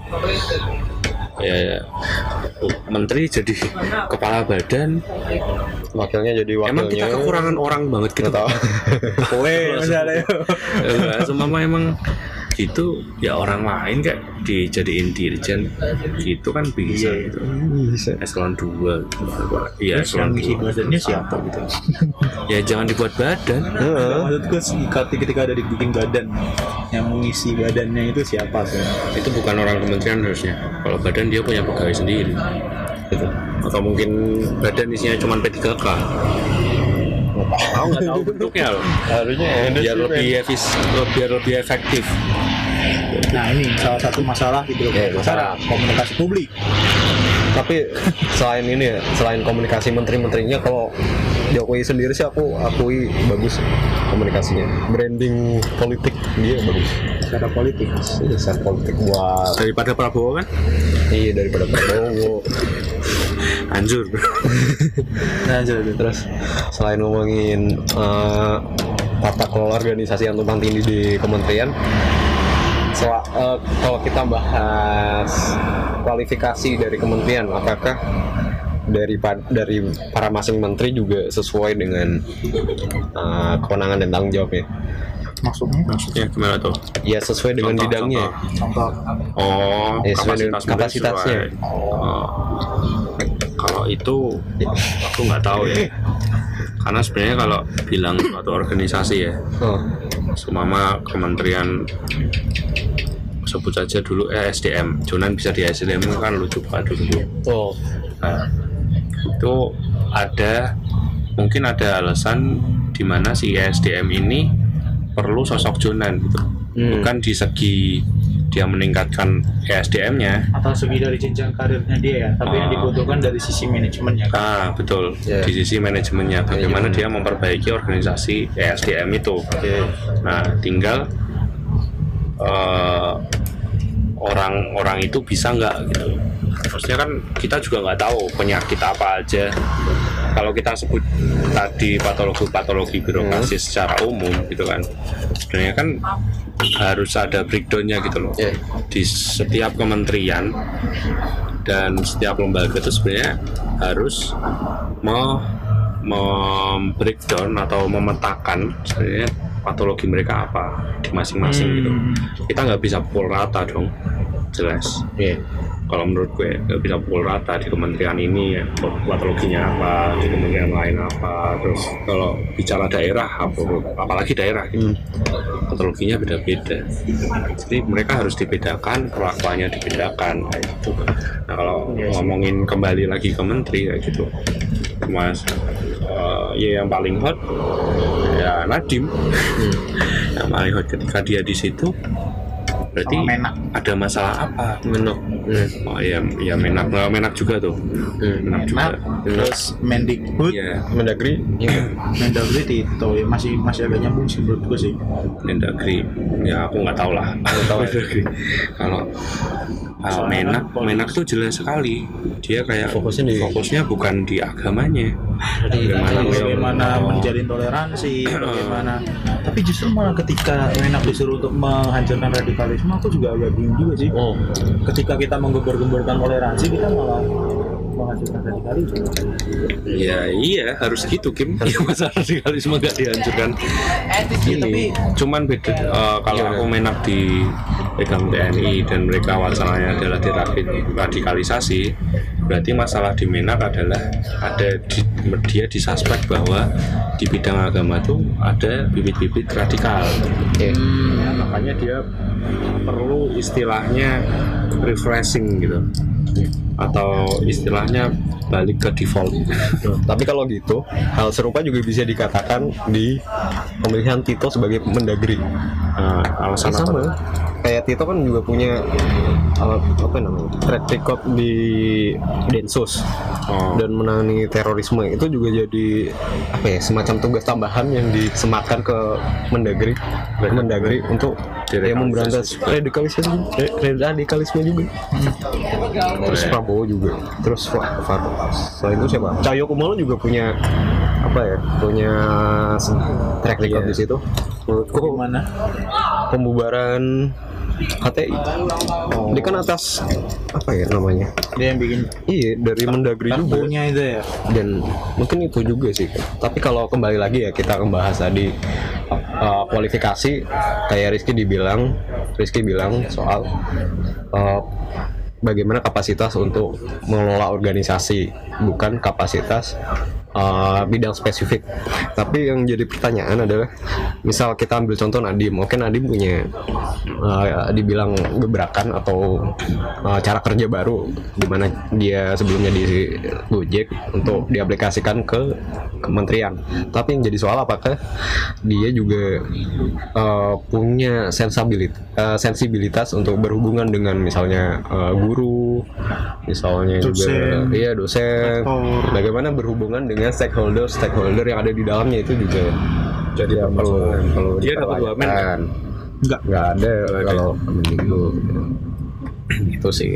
ya, ya menteri jadi kepala badan, Wakilnya jadi wakilnya. emang kita kekurangan orang banget gitu. Nggak tahu. Kowe misalnya. Enggak, semama emang gitu ya, orang lain kayak dijadiin dirjen gitu kan bisa gitu. Bisa. Eselon dua gitu. Iya, Terus yang eselon ngisi dua. badannya siapa gitu? Ya jangan dibuat badan. Heeh. Maksudku sih, ketika ada dibikin badan, yang mengisi badannya itu siapa tuh? Itu bukan orang kementerian harusnya. Kalau badan dia punya pegawai sendiri gitu. Atau mungkin badan isinya cuma P tiga K. Tahu nggak tahu bentuknya loh. Harusnya Biar lebih efis, biar lebih efektif. Nah ini salah satu masalah gitu loh, Ya, masalah komunikasi publik. Tapi selain ini ya, selain komunikasi menteri-menterinya, kalau Jokowi sendiri sih aku akui bagus komunikasinya. Branding politik dia bagus. Secara politik. Iya, set politik buat Daripada Prabowo kan? iya daripada Prabowo. Anjur. Nah, jadi Terus selain ngomongin eh, tata kelola organisasi yang tumpang tindih di kementerian, sel- eh, kalau kita bahas kualifikasi dari kementerian, apakah dari dari para masing menteri juga sesuai dengan uh, kewenangan dan tanggung jawabnya. Maksudnya? Maksudnya gimana tuh? Ya sesuai dengan Contoh, bidangnya. Contoh. Oh, Ya, sesuai dengan kapasitas kapasitasnya. Oh. Kalau itu aku nggak tahu ya. Karena sebenarnya kalau bilang suatu organisasi ya, Oh. semama kementerian sebut saja dulu E S D M, Jonan bisa di E S D M kan lucu banget dulu. Oh. Nah, itu ada mungkin ada alasan di mana si E S D M ini perlu sosok Jonan gitu. Hmm. Bukan di segi dia meningkatkan E S D M-nya. Atau segi dari jenjang karirnya dia ya, tapi yang Oh. dibutuhkan dari sisi manajemennya. Ah, betul. Yeah. Di sisi manajemennya bagaimana Manajemen. dia memperbaiki organisasi E S D M itu. Oke. Nah, tinggal uh, orang-orang itu bisa nggak gitu. Maksudnya kan kita juga nggak tahu penyakit apa aja. Kalau kita sebut tadi patologi-patologi birokrasi Hmm. secara umum gitu kan, sebenarnya kan harus ada breakdown-nya gitu loh. Yeah. Di setiap kementerian dan setiap lembaga itu sebenarnya harus me membreakdown atau memetakan sebenarnya patologi mereka apa di masing-masing Hmm. gitu. Kita nggak bisa pukul rata dong, jelas. Iya. Kalau menurut gue nggak bisa pukul rata di kementerian ini ya, patologinya apa, di kementerian lain apa. Terus kalau bicara daerah, apa, apalagi daerah gitu, patologinya beda-beda. Jadi mereka harus dibedakan, perlakuannya dibedakan kayak gitu. Nah kalau ngomongin kembali lagi ke menteri kayak gitu, mas, uh, ya yang paling hot ya Nadiem. Yang paling hot ketika dia di situ. Berarti Sama Menak. ada masalah apa? Menak. Hmm. Oh ya, ya Menak, nah, Menak juga tuh. Hmm. Menak juga. Terus Mendikbud, Iya, Mendagri. Iya. Mendagri itu ya masih masih agak nyambung sih menurut gue sih. Mendagri. Ya aku nggak tahu lah. Nggak tahu ya. Mendagri. Kalau kalau Soalnya Menak, kan Menak tuh jelas sekali. Dia kayak Fokusnya di- fokusnya bukan di agamanya. Bagaimana Bagaimana, bagaimana Oh. menjalin toleransi, bagaimana. Tapi justru malah ketika Menak disuruh untuk menghancurkan radikalisme, aku juga agak bingung juga sih. Oh. Ketika kita menggembar-gemborkan toleransi, kita malah menghancurkan radikalisme. Ya iya harus gitu Kim. Ya, masa radikalisme nggak dihancurkan. Iya, tapi Cuman beda eh, kalau aku Menak di pegang T N I dan mereka wacananya adalah diradikalisasi, berarti masalah di Menak adalah ada di, dia disuspek bahwa di bidang agama tuh ada bibit-bibit radikal. Oke. Ya, makanya dia perlu istilahnya refreshing gitu, atau istilahnya balik ke default. Tapi kalau gitu, hal serupa juga bisa dikatakan di pemilihan Tito sebagai Mendagri. Nah, alasan apa? Sama. Kayak Tito kan juga punya uh, apa namanya track record di Densus Oh. dan menangani terorisme, itu juga jadi apa ya semacam tugas tambahan yang disematkan ke Mendagri, ke Mendagri untuk ya memberantas radikalisme re- radikalisme juga. Terus Prabowo juga, terus Fa- Fa- selain itu siapa? Cahyo Kumolo juga punya apa ya punya track record Iya. di situ. Menurutku gimana? pembubaran H T I. Dia kan atas apa ya namanya? Dia yang bikin Iya, dari Mendagri juga. perpunya itu ya. Dan mungkin itu juga sih. Tapi kalau kembali lagi ya kita membahas tadi uh, kualifikasi, kayak Rizky dibilang, Rizky bilang soal uh, bagaimana kapasitas untuk mengelola organisasi, bukan kapasitas uh, bidang spesifik. Tapi yang jadi pertanyaan adalah, misal kita ambil contoh Nadiem, mungkin Nadiem punya uh, dibilang gebrakan atau uh, cara kerja baru, di mana dia sebelumnya di Gojek untuk diaplikasikan ke kementerian. Tapi yang jadi soal, apakah dia juga uh, punya sensabilitas, uh, sensibilitas untuk berhubungan dengan misalnya uh, guru, misalnya Dosen. juga iya dosen, Rektor. bagaimana berhubungan dengan stakeholder stakeholder yang ada di dalamnya, itu juga jadi perlu perlu Dia dapat dua men, dipertanyakan. Enggak. Nggak ada ada. kalau Mendikbud gitu. Itu sih.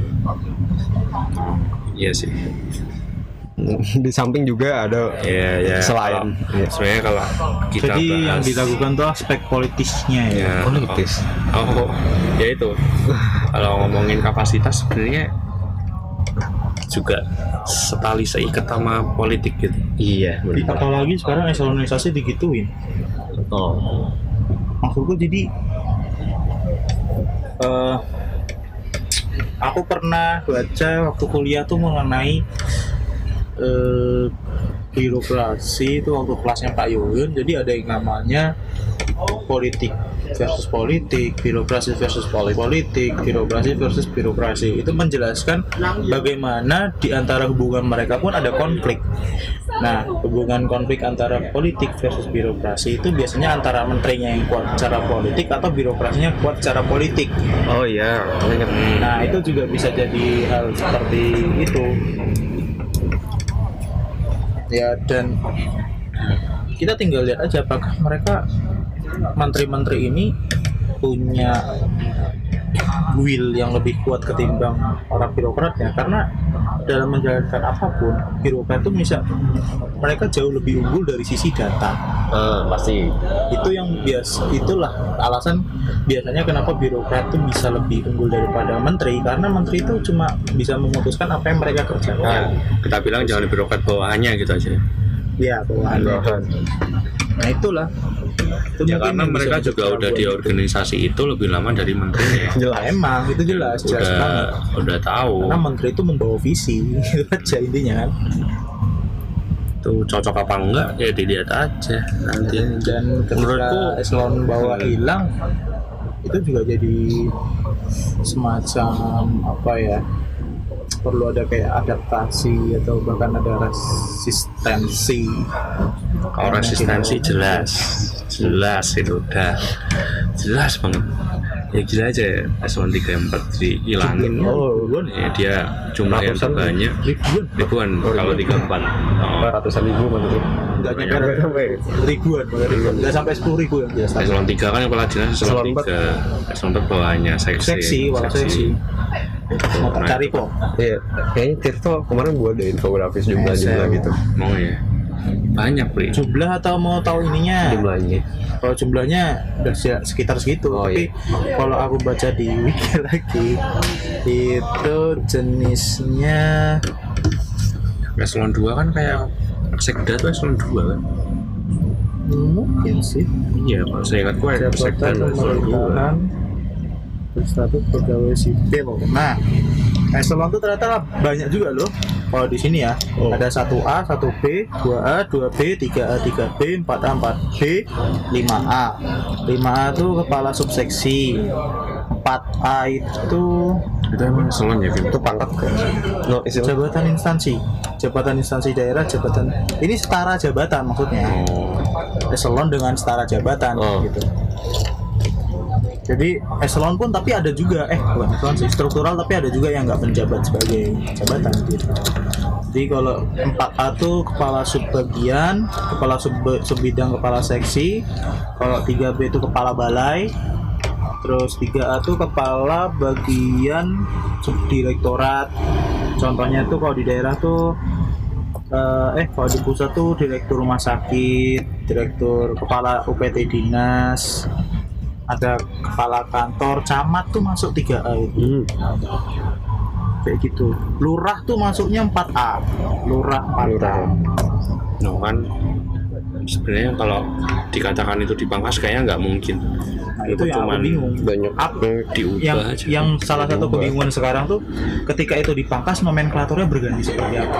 Iya sih. Di samping juga ada Ya ya. Selain- kalau, iya. sebenarnya kalau kita Jadi yang bahas, dilakukan tuh aspek politisnya ya. ya, politis. Oh, oh, ya itu. Kalau ngomongin kapasitas sebenarnya juga setali seikat sama politik gitu. Iya, benar. Apalagi sekarang eselonisasi digituin. Oh. Maksudku jadi uh, aku pernah baca waktu kuliah tuh mengenai uh, birokrasi itu waktu kelasnya Pak Yuyun. Jadi ada yang namanya politik versus politik, birokrasi versus politik, birokrasi versus birokrasi. Itu menjelaskan bagaimana di antara hubungan mereka pun ada konflik. Nah, hubungan konflik antara politik versus birokrasi itu biasanya antara menterinya yang kuat secara politik atau birokrasinya kuat secara politik. Oh iya, ingat. Nah, itu juga bisa jadi hal seperti itu. Ya, dan kita tinggal lihat aja apakah mereka menteri-menteri ini punya will yang lebih kuat ketimbang para birokratnya, karena dalam menjalankan apapun birokrat itu bisa mereka jauh lebih unggul dari sisi data. Uh, pasti Itu yang bias itulah alasan biasanya kenapa birokrat itu bisa lebih unggul daripada menteri, karena menteri itu cuma bisa memutuskan apa yang mereka kerjakan. Ya, kita bilang jangan birokrat bawahannya gitu aja. Ya, bawahan. Nah, itulah. Itu Ya karena mereka juga udah di organisasi itu lebih lama dari menterinya. Jelas. Emang itu jelas, jelas udah banget. udah tahu. Karena menteri itu membawa visi, itu aja intinya kan. Tuh cocok apa enggak ya dilihat aja nanti. Dan ketika Menurutku eselon bawah hilang, itu juga jadi semacam apa ya? Perlu ada kayak adaptasi atau bahkan ada resistensi. Kalau resistensi jelas, jelas itu udah jelas banget. Ya gila aja ya, eselon tiga empat dihilangin. Oh, ribuan. Ya, dia jumlah yang terbanyak Ribuan. ribuan kalau tiga empat. Oh, ratusan ribu maksudnya. Enggak nyampe ribuan, ribuan. Enggak sampai sepuluh ribu yang jelas. eselon tiga kan kepala dinas eselon Eselon tiga. Eselon empat bawahnya seksi. Seksi, walau seksi. Mau Nah, cari kok. Iya, kayaknya Tirto kemarin buat ada infografis jumlah-jumlah gitu. Mau ya. Banyak, Pri. Jumlah atau mau tahu ininya? Jumlahnya. Kalau jumlahnya udah sekitar segitu, Oh, tapi iya. kalau aku baca di wiki lagi itu jenisnya Eselon dua kan kayak sekda tuh eselon dua kan. mungkin sih Iya, kalau saya ingat gue sekda jabatan eselon dua. pemerintahan berstatus pegawai sipil. Nah, eselon itu ternyata banyak juga loh. Kalau di sini ya, Oh. ada satu A, satu B, dua A, dua B, tiga A, tiga B, empat A, empat B, lima A. lima A itu kepala subseksi. empat A itu Itu emang eselon ya, Vin? Itu pangkat kan? No, istilah. jabatan instansi. Jabatan instansi daerah, jabatan ini setara jabatan maksudnya. Oh, Eselon dengan setara jabatan Oh. gitu. Jadi eselon pun tapi ada juga eh bukan eselon sih struktural, tapi ada juga yang nggak menjabat sebagai jabatan gitu. Jadi kalau empat A itu kepala subbagian, kepala sub subbidang, kepala seksi. Kalau tiga B itu kepala balai. Terus tiga A itu kepala bagian subdirektorat. Contohnya tuh kalau di daerah tuh eh kalau di pusat tuh direktur rumah sakit, direktur kepala U P T dinas. Ada kepala kantor, camat tuh masuk tiga A itu. Hmm. Kayak gitu. Lurah tuh masuknya empat A. Lurah empat A. Lurah. no kan sebenarnya kalau dikatakan itu dipangkas kayaknya nggak mungkin. Nah, itu yang aku bingung. Banyak Apa Diubah yang aja. yang salah satu Diubah. kebingungan sekarang tuh ketika itu dipangkas nomenklaturnya berganti seperti apa?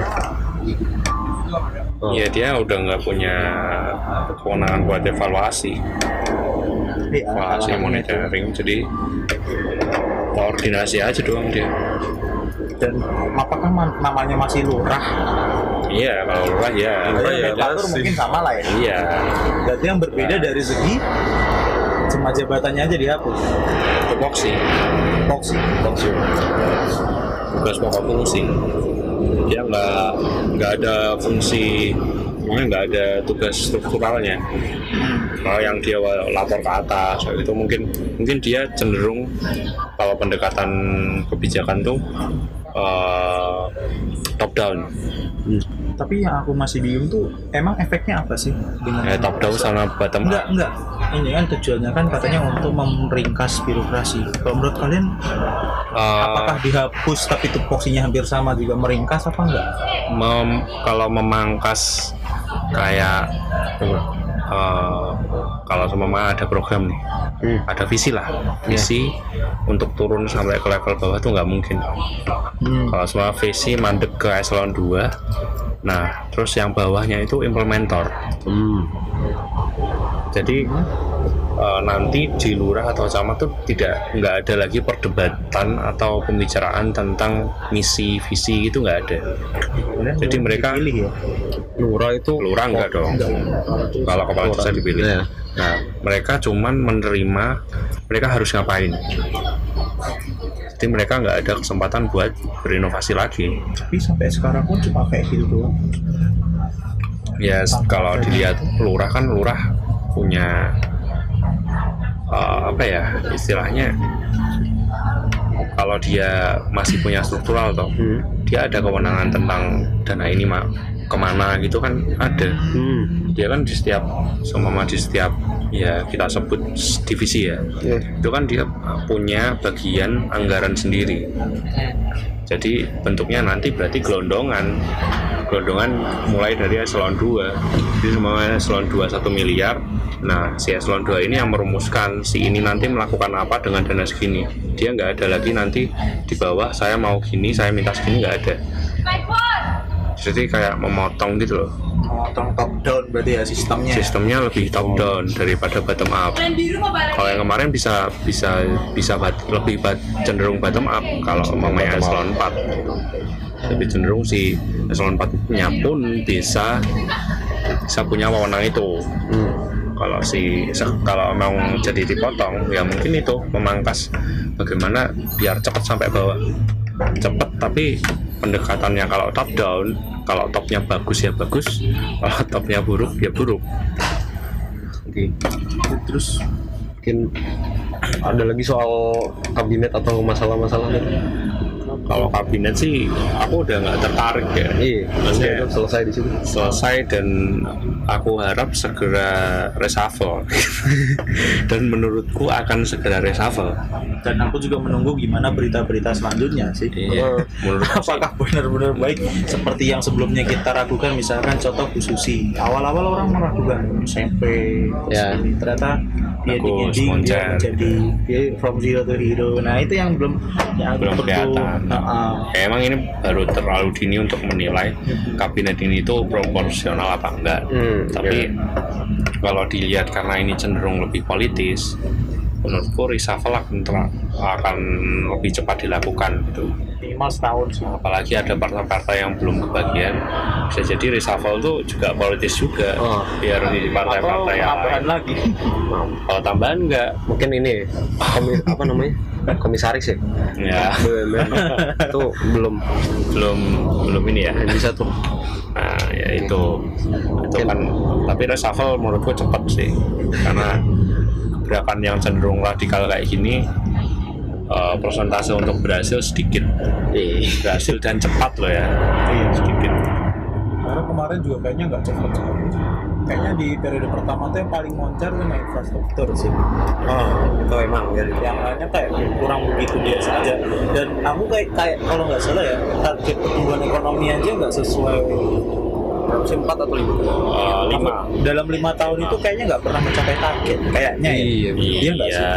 Oh. Ya dia udah nggak punya kewenangan buat evaluasi, Iya, evaluasi salah monitoring, jadi koordinasi aja doang dia. Dan apakah man- namanya masih lurah? Iya, kalau lurah ya. Kalau ya, nomenklatur masih. mungkin sama lah ya. Iya, Berarti yang berbeda dari segi cuma jabatannya aja dihapus. tupoksi, Foksi. tugas pokok fungsi. Dia nggak nggak ada fungsi, makanya nggak ada tugas strukturalnya. Kalau yang dia lapor ke atas, itu mungkin mungkin dia cenderung kalau pendekatan kebijakan tuh uh, top down. Hmm. Tapi yang aku masih bingung tuh emang efeknya apa sih dengan Eh, top down sama bottom enggak up. enggak ini kan tujuannya kan katanya untuk meringkas birokrasi. Kalau menurut kalian Uh, Apakah dihapus tapi tupoksinya hampir sama juga meringkas apa enggak? mem- kalau memangkas kayak uh, kalau semua ada program nih, Hmm. ada visi lah, visi untuk turun sampai ke level bawah tuh nggak mungkin. Hmm. Kalau semua visi mandek ke eselon dua, nah terus yang bawahnya itu implementor. Hmm. Jadi uh, nanti di lurah atau camat tuh tidak nggak ada lagi perdebatan atau pembicaraan tentang misi visi gitu, nggak ada. Jadi mereka pilih ya. Lurah itu lurah nggak dong. Kalau kepala desa dipilih. Iya. Nah mereka cuman menerima mereka harus ngapain. Jadi mereka nggak ada kesempatan buat berinovasi lagi. Tapi sampai sekarang pun cuma kayak gitu doang. Ya kalau dilihat lurah kan lurah punya uh, apa ya istilahnya, kalau dia masih punya struktural toh, Hmm. dia ada kewenangan tentang dana ini mak kemana gitu kan ada. Hmm. Dia kan di setiap sama di setiap ya kita sebut divisi ya, Yeah. itu kan dia punya bagian anggaran sendiri. Jadi bentuknya nanti berarti gelondongan gelondongan mulai dari eselon dua. Jadi semua eselon dua satu miliar. Nah si eselon dua ini yang merumuskan si ini nanti melakukan apa dengan dana segini. Dia nggak ada lagi nanti di bawah saya mau gini, saya minta segini, nggak ada. Jadi kayak memotong gitu loh. Memotong top down berarti ya sistemnya. Sistemnya lebih top down daripada bottom up. Kalau yang kemarin bisa bisa bisa bat, lebih bat, cenderung bottom up kalau umpamanya eselon empat. Lebih cenderung si eselon empat-nya pun bisa bisa punya wewenang itu. Hmm. Kalau si kalau memang jadi dipotong ya mungkin itu memangkas bagaimana biar cepat sampai bawah. Cepat tapi pendekatannya kalau top down, kalau topnya bagus ya bagus, kalau topnya buruk ya buruk. Oke. Terus Mungkin ada lagi soal kabinet atau masalah-masalah gitu. Kalau kabinet sih aku udah nggak tertarik ya. Iya, Maksudnya itu selesai di situ. selesai dan aku harap segera reshuffle. Dan menurutku akan segera reshuffle. dan aku juga menunggu gimana berita-berita selanjutnya sih. Iya, menurutku sih. Apakah benar-benar baik seperti yang sebelumnya kita ragukan, misalkan contoh Bu Susi. Awal-awal orang meragukan S M P, Ya. ini ternyata dia Bagus, di dia moncer. menjadi dia from zero to hero. Nah itu yang belum yang Belum perlu- kelihatan. Nah, ah. Ya, emang ini baru terlalu dini untuk menilai kabinet ini itu proporsional apa enggak. Hmm, Tapi kalau dilihat karena ini cenderung lebih politis, menurutku reshuffle akan, ter- akan lebih cepat dilakukan gitu. minimal setahun sih. Apalagi ada partai-partai yang belum kebagian, bisa jadi reshuffle itu juga politis juga. Oh. Biar di Atau partai-partai yang tambahan lain. lagi. Kalau tambahan enggak, Mungkin ini komi- apa namanya? Komisaris ya? ya B U M N itu belum belum belum ini ya. bisa tuh. Nah, ya itu itu kan, tapi reshuffle menurutku cepat sih, karena gerakan yang cenderung radikal kayak gini uh, persentase untuk berhasil sedikit, berhasil dan cepat loh ya, sedikit. Karena kemarin juga kayaknya nggak cepat. Kayaknya di periode pertama tuh yang paling moncer tuh main infrastruktur sih. Oh, itu emang ya. Yang lainnya kayak kurang begitu biasa aja. Dan aku kayak kayak kalau nggak salah ya target pertumbuhan ekonomi aja nggak sesuai empat atau lima? Uh, lima. dalam lima tahun itu kayaknya nggak pernah mencapai target kayaknya ya. Iya, Iya nggak sih?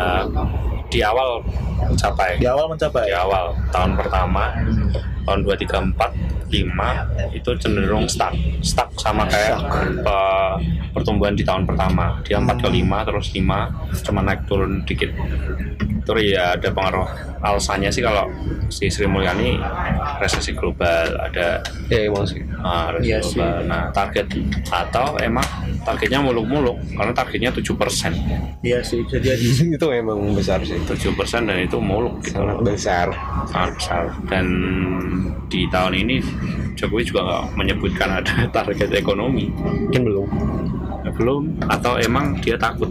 Di awal mencapai. Di awal mencapai. Di awal tahun pertama, tahun dua tiga empat lima itu cenderung stuck, stuck sama kayak uh, pertumbuhan di tahun pertama. Dia empat ke lima terus lima, cuma naik turun dikit. Terus ya ada pengaruh, alasannya sih kalau si Sri Mulyani resesi global, ada Ya emang sih. uh, resesi Iya global. Nah target atau emang targetnya muluk-muluk karena targetnya tujuh persen, Iya sih bisa jadi. Itu emang besar sih. tujuh persen dan itu muluk gitu. Sangat besar. Sangat besar. Dan di tahun ini Jokowi juga nggak menyebutkan ada target ekonomi. Mungkin belum. Ya, belum, atau emang dia takut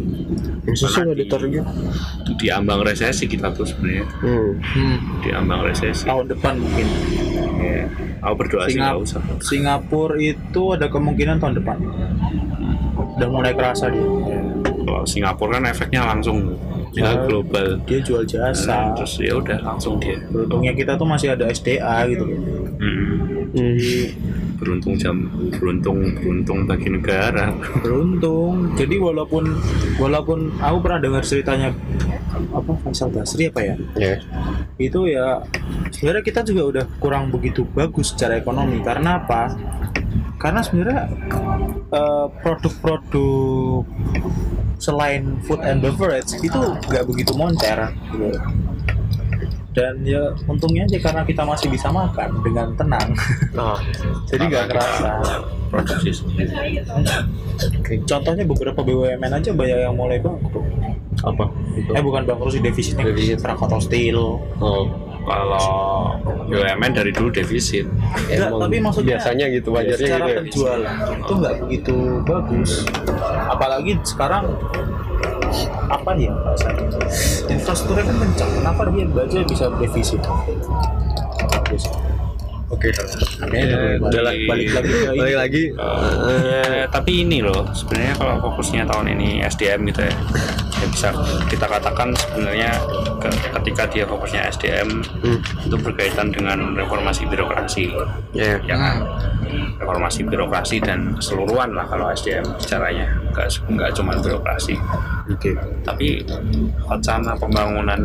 Susul Karena ada di- target. di ambang resesi kita tuh sebenarnya, Hmm. Hmm, di ambang resesi. tahun depan mungkin. Ya, aku berdoa sih nggak usah. Singapura itu ada kemungkinan tahun depan. Udah mulai kerasa dia. Kalau Singapura kan efeknya langsung ya global. Dia jual jasa. Nah, terus ya udah langsung dia. Beruntungnya kita tuh masih ada S D A gitu. Hmm. Jadi Beruntung jam, beruntung beruntung bagi negara. beruntung. Jadi walaupun walaupun aku pernah dengar ceritanya apa Faisal Basri apa ya? Ya. Itu ya sebenarnya kita juga udah kurang begitu bagus secara ekonomi. Karena apa? Karena sebenarnya uh, produk-produk selain food and beverage itu nggak begitu moncer gitu. Dan ya untungnya aja karena kita masih bisa makan dengan tenang. Oh. Jadi nggak kerasa. Produksi sendiri. Contohnya beberapa B U M N aja banyak yang mulai bangkrut. Apa? Eh bukan bangkrut sih, defisitnya. Defisit. Krakatau Steel. Oh. Kalau B U M N dari dulu defisit. Enggak, Emang tapi maksudnya biasanya gitu wajarnya secara gitu ya. penjualan itu nggak begitu bagus. Apalagi sekarang apa nih yang rasanya infrastrukturnya kan kencang, kenapa dia baca bisa defisit? Bagus. Oke. Ya, Udah lah, balik lagi ke ini. Balik lagi. Ya, tapi ini loh sebenarnya kalau fokusnya tahun ini S D M gitu ya, ya bisa kita katakan sebenarnya ke- ketika dia fokusnya S D M Hmm. itu berkaitan dengan reformasi birokrasi, Ya. ya kan? Reformasi birokrasi dan keseluruhan lah kalau S D M caranya, nggak nggak cuma birokrasi. Oke. Tapi wacana pembangunan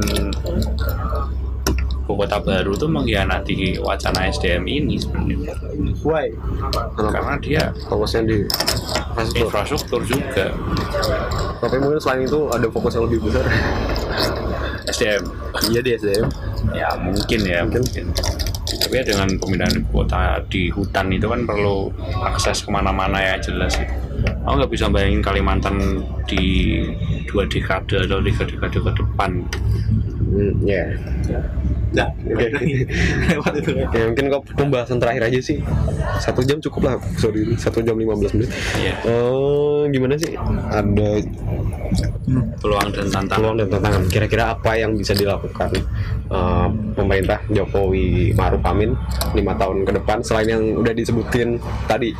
ibu kota baru itu mengkhianati wacana S D M ini sebenarnya, Why? karena dia Fokusnya di infrastruktur. infrastruktur juga. Tapi mungkin selain itu ada fokus yang lebih besar. S D M Iya di S D M. ya mungkin ya mungkin, tapi ya dengan pemindahan ibu kota di hutan itu kan perlu akses kemana-mana ya jelas itu. Aku nggak bisa bayangin Kalimantan di dua dekade atau tiga dekade ke depan. Hmm, ya. Nah, Oke. lewat itu ya. Ya mungkin kau pembahasan terakhir aja sih. Satu jam cukup lah. Sorry, satu jam lima belas menit. Iya. Eh, gimana sih? Ada Peluang dan tantangan. peluang dan tantangan. Kira-kira apa yang bisa dilakukan eh, pemerintah Jokowi Ma'ruf Amin lima tahun ke depan selain yang udah disebutin tadi?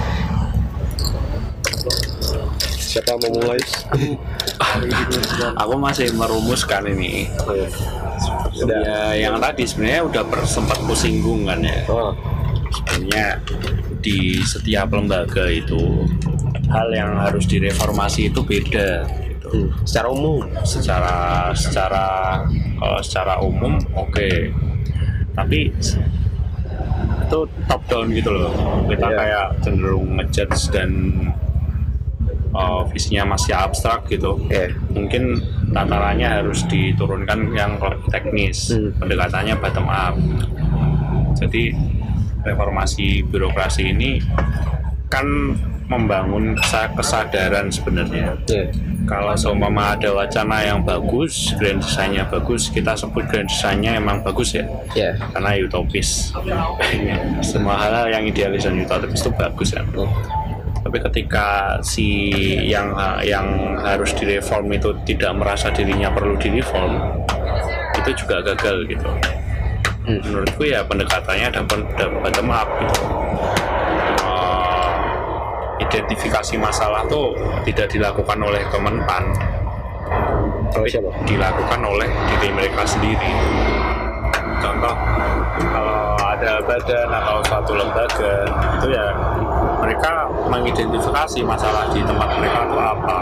Siapa mau mulai? Aku masih merumuskan ini. Sudah. Ya yang tadi sebenarnya udah per, sempat kusinggung kan ya. Oh, Sebenarnya di setiap lembaga itu hal yang harus direformasi itu beda gitu. hmm. Secara umum. Secara secara kalau secara umum oke. Tapi itu top down gitu loh. Kita Iya. kayak cenderung ngejudge dan uh, visinya masih abstrak gitu. Ya. Mungkin tatarannya harus diturunkan yang lebih teknis, Hmm. pendekatannya bottom up. Jadi reformasi birokrasi ini kan membangun kesa- kesadaran sebenarnya. Ya. Kalau seumpama ada wacana yang bagus, grand design-nya bagus, kita sebut grand design-nya emang bagus ya, Ya. karena utopis. Semua hal yang idealis dan utopis itu bagus kan. Tapi ketika si yang yang harus direform itu tidak merasa dirinya perlu direform, itu juga gagal gitu. Hmm. Menurutku ya pendekatannya ada bottom up gitu. Uh, identifikasi masalah tuh tidak dilakukan oleh Kemenpan, Kalau siapa? dilakukan oleh diri mereka sendiri. Contoh, kalau ada badan atau suatu lembaga itu ya mereka mengidentifikasi masalah di tempat mereka itu apa.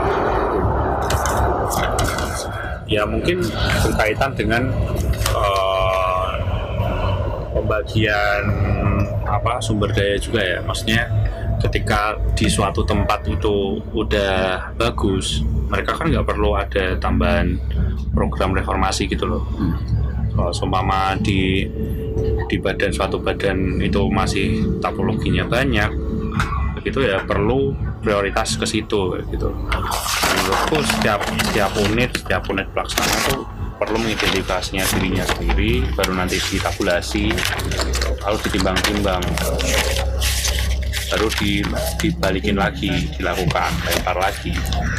Ya mungkin berkaitan dengan uh, pembagian apa sumber daya juga ya. Maksudnya ketika di suatu tempat itu udah bagus, mereka kan nggak perlu ada tambahan program reformasi gitu loh. Kalau seumpama di di badan suatu badan itu masih topologinya banyak, begitu ya perlu prioritas ke situ gitu. Menurutku setiap setiap unit setiap unit pelaksana itu perlu mengidentifikasinya dirinya sendiri, baru nanti ditabulasi, lalu ditimbang-timbang, baru di, dibalikin lagi, dilakukan, lempar lagi.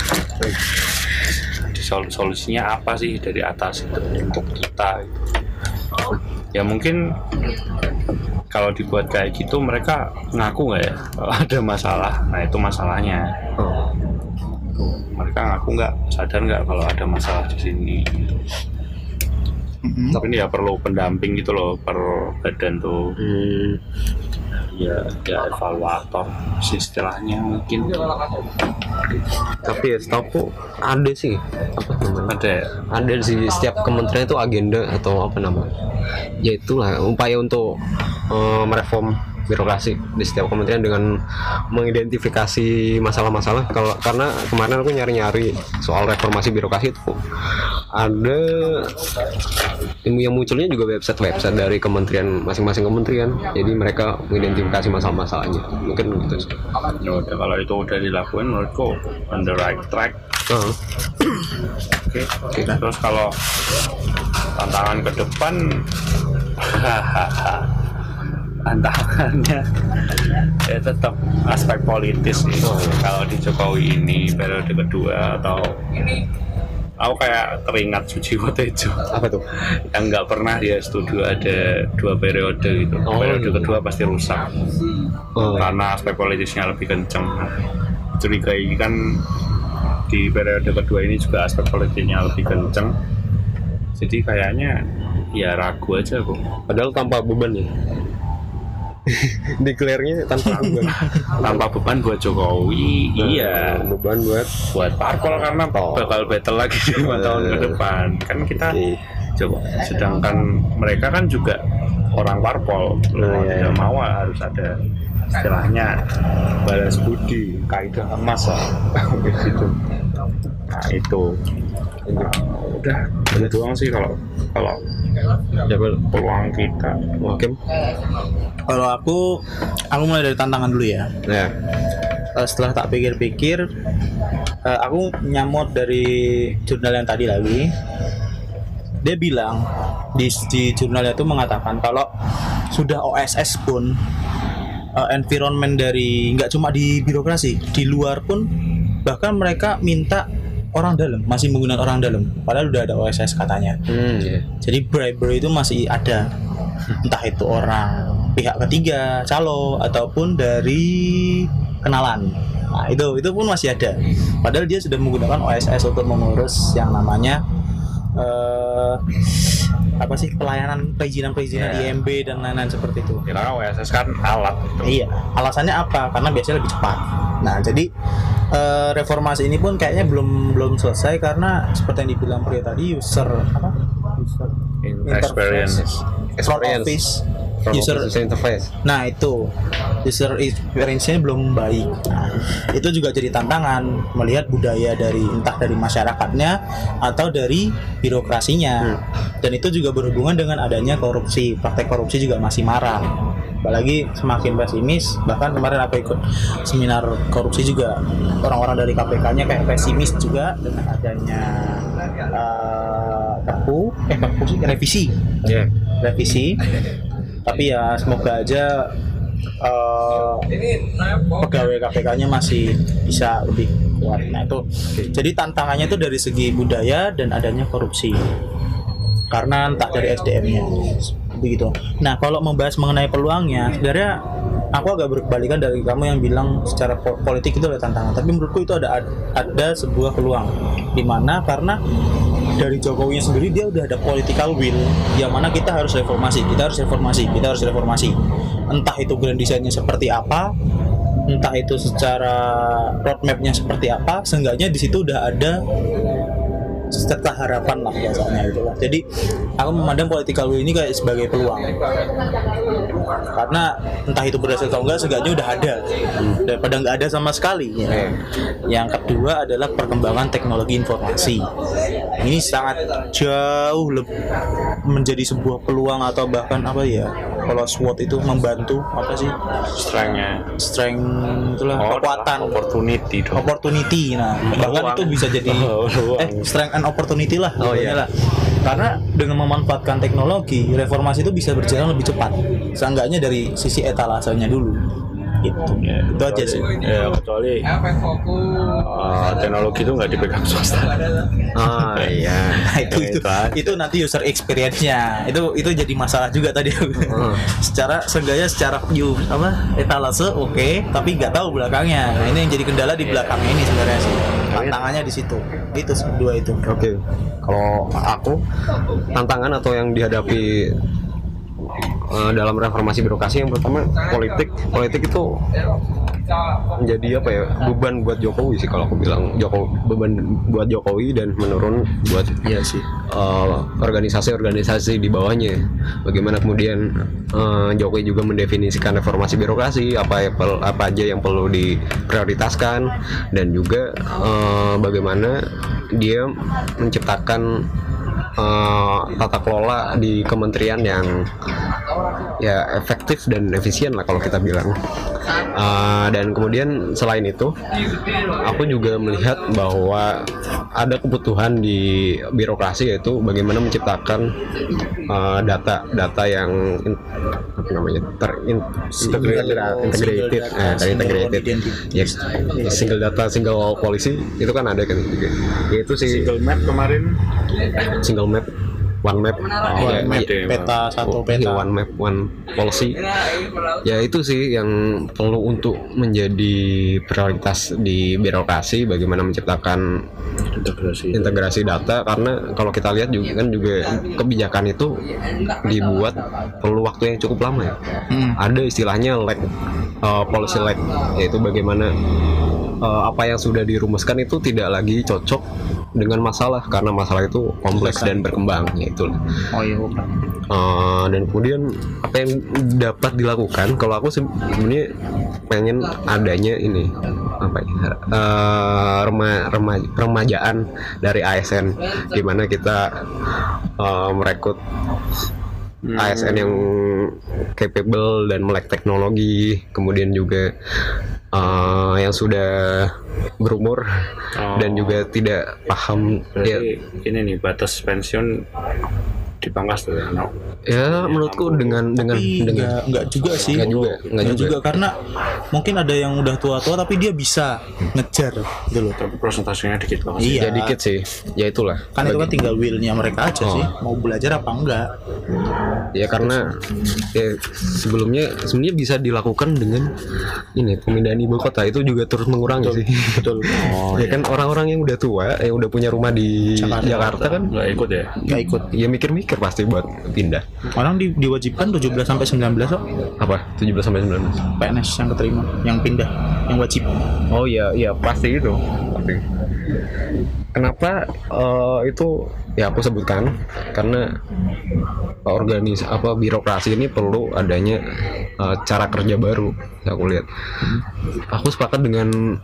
Sol- solusinya apa sih dari atas itu untuk kita gitu. Ya mungkin kalau dibuat kayak gitu mereka ngaku nggak ya kalau ada masalah. Nah itu masalahnya. Oh. Mereka ngaku nggak sadar nggak kalau ada masalah di sini. Mm-hmm. Tapi ini ya perlu pendamping gitu loh per badan tuh. Hmm. Ya, ya evaluator sih istilahnya mungkin. Tapi ya setahu ada sih apa namanya? Ada. Ada di setiap kementerian itu agenda atau apa namanya? Ya itulah upaya untuk uh, mereform birokrasi di setiap kementerian dengan mengidentifikasi masalah-masalah. Kalau karena kemarin aku nyari-nyari soal reformasi birokrasi itu ada yang munculnya juga website-website dari kementerian masing-masing kementerian. Jadi mereka mengidentifikasi masalah-masalahnya. Mungkin gitu sih. Ya udah kalau itu udah dilakuin menurutku on the right track. Uh-huh. Oke. Okay. Terus kalau tantangan ke depan tantangannya ya tetap aspek politis sih. Oh, ya. Kalau di Jokowi ini periode kedua atau aku kayak teringat Sujiwo Tejo. Apa tuh? Yang nggak pernah dia setuju ada dua periode gitu. Oh, periode iya. kedua pasti rusak. Oh, karena aspek politisnya lebih kenceng. Curigai kan di periode kedua ini juga aspek politiknya lebih kenceng. Jadi kayaknya ya ragu aja kok. padahal tanpa beban ya. Declare-nya tanpa beban. Tanpa beban buat Jokowi, Nah, iya. beban buat Buat parpol karena bakal battle lagi di lima tahun ke depan. Kan kita Iya. coba. Sedangkan mereka kan juga orang parpol, Nah, mau iya. tidak mau harus ada istilahnya balas budi, kaidah emas lah, gitu. Nah itu, nah, udah itu doang sih kalau kalau ya, peluang kita. Oke. Kalau aku, aku mulai dari tantangan dulu ya. Ya. Uh, setelah tak pikir-pikir, uh, aku nyamot dari jurnal yang tadi lagi. Dia bilang di, di jurnalnya itu mengatakan kalau sudah O S S pun uh, environment dari nggak cuma di birokrasi, di luar pun bahkan mereka minta orang dalam, masih menggunakan orang dalam. Padahal udah ada O S S katanya. Hmm, ya. Jadi bribery itu masih ada, entah itu orang pihak ketiga, calo ataupun dari kenalan. Nah itu itu pun masih ada. Padahal dia sudah menggunakan O S S untuk mengurus yang namanya uh, apa sih pelayanan perizinan-perizinan Yeah. I M B dan lain-lain seperti itu. Kira O S S kan alat. Iya, alasannya apa? Karena biasanya lebih cepat. Nah, jadi eh, reformasi ini pun kayaknya belum belum selesai karena seperti yang dibilang Priya tadi, user apa? User Experience. front Experience. office, Front user. office interface. Nah, itu user experience-nya belum baik. Nah, itu juga jadi tantangan melihat budaya dari entah dari masyarakatnya atau dari birokrasinya. Hmm. Dan itu juga berhubungan dengan adanya korupsi. Praktek korupsi juga masih marak. Apalagi semakin pesimis, bahkan kemarin aku ikut seminar korupsi juga orang-orang dari K P K-nya kayak pesimis juga dengan adanya uh, Perpu, eh Perpu sih revisi, Ya. revisi. Tapi ya semoga aja uh, pegawai K P K-nya masih bisa lebih kuat. Nah itu, jadi tantangannya itu dari segi budaya dan adanya korupsi. Karena entah dari S D M-nya begitu. Nah kalau membahas mengenai peluangnya, sebenarnya aku agak berbalikan dari kamu yang bilang secara politik itu ada tantangan. Tapi menurutku itu ada ada sebuah peluang. Dimana karena dari Jokowi sendiri dia udah ada political will, yang mana kita harus reformasi, kita harus reformasi, kita harus reformasi. Entah itu grand design-nya seperti apa, entah itu secara roadmap-nya seperti apa, seenggaknya di situ udah ada serta harapan lah biasanya gitu lah. Jadi aku memandang political will ini kayak sebagai peluang, karena entah itu berhasil atau enggak, seenggaknya udah ada daripada nggak ada sama sekali ya. Yang kedua adalah perkembangan teknologi informasi. Ini sangat jauh lebih menjadi sebuah peluang atau bahkan apa ya, kalau SWOT itu membantu apa sih, Strength-nya. strength itulah Oh, kekuatan, opportunity dong. opportunity. Nah bahkan Peluang. itu bisa jadi Oh, peluang. eh strength and opportunity lah. Oh, pokoknya iya. lah. Karena dengan memanfaatkan teknologi, reformasi itu bisa berjalan lebih cepat. Seenggaknya dari sisi etalasenya dulu. gitu. Ya, Itu aja sih. Ya kecuali uh, teknologi itu nggak dipegang swasta. Ah iya. Nah, itu Ya, itu itu aja. itu nanti user experience-nya itu itu jadi masalah juga tadi. Secara seenggaknya secara view apa etalase oke okay, tapi nggak tahu belakangnya. Nah, ini yang jadi kendala di belakangnya ini sebenarnya sih. Tantangannya di situ. Itu sih, dua itu. Oke, kalau aku tantangan atau yang dihadapi uh, dalam reformasi birokrasi yang pertama politik, politik itu menjadi apa ya beban buat Jokowi sih kalau aku bilang Jokowi beban buat Jokowi dan menurun buat Iya sih. uh, organisasi-organisasi di bawahnya. Bagaimana kemudian uh, Jokowi juga mendefinisikan reformasi birokrasi apa yang pel- apa aja yang perlu diprioritaskan dan juga uh, bagaimana dia menciptakan uh, tata kelola di kementerian yang ya efektif dan efisien lah kalau kita bilang. Uh, dan kemudian selain itu, aku juga melihat bahwa ada kebutuhan di birokrasi yaitu bagaimana menciptakan uh, data-data yang in, apa namanya terintegrated, integrated, eh, terintegrated, ya single data, single policy itu kan ada kan juga. Yaitu sih Single map kemarin. single map, one map, Oh, ya, one map ya, ya. Peta satu oh, peta. ya, one map, one policy. Ya itu sih yang perlu untuk menjadi prioritas di birokrasi, bagaimana menciptakan Integrasi. integrasi data, karena kalau kita lihat juga kan juga kebijakan itu dibuat perlu waktu yang cukup lama ya. Hmm. Ada istilahnya lag, uh, policy lag, yaitu bagaimana uh, apa yang sudah dirumuskan itu tidak lagi cocok dengan masalah karena masalah itu kompleks dan berkembang, yaitu Oh iya bukan. uh, dan kemudian apa yang dapat dilakukan kalau aku sebenarnya pengen adanya ini apa ya uh, rema, rema, remajaan dari A S N di mana kita uh, merekrut Hmm. A S N yang capable dan melek teknologi, kemudian juga uh, yang sudah berumur Oh. dan juga tidak paham ya, Berarti ini nih batas pensiun dipangkas tuh ya. No. ya menurutku dengan dengan Tapi dengan nggak nggak juga sih. nggak juga nggak Nggak juga, juga karena mungkin ada yang udah tua-tua tapi dia bisa ngejar gitu loh. Tapi prosentasenya dikit banget. Iya. ya dikit sih, ya itulah Kan itu kan Bagi- tinggal will-nya mereka aja Oh. sih. Mau belajar apa enggak. ya karena ya, sebelumnya sebenarnya bisa dilakukan dengan ini pemindahan ibu kota itu juga terus mengurangi sih. Betul. Oh, Ya kan orang-orang yang udah tua yang udah punya rumah di Jakarta. Jakarta, kan nggak ikut ya. Nggak ikut. ya mikir-mikir pasti buat pindah. Orang di, diwajibkan tujuh belas sampai sembilan belas kok. Apa tujuh belas sampai sembilan belas? P N S yang keterima, yang pindah, yang wajib. Oh iya iya pasti itu pasti. Kenapa eh, itu ya aku sebutkan karena organis apa birokrasi ini perlu adanya eh, cara kerja baru. Ya, aku lihat aku sepakat dengan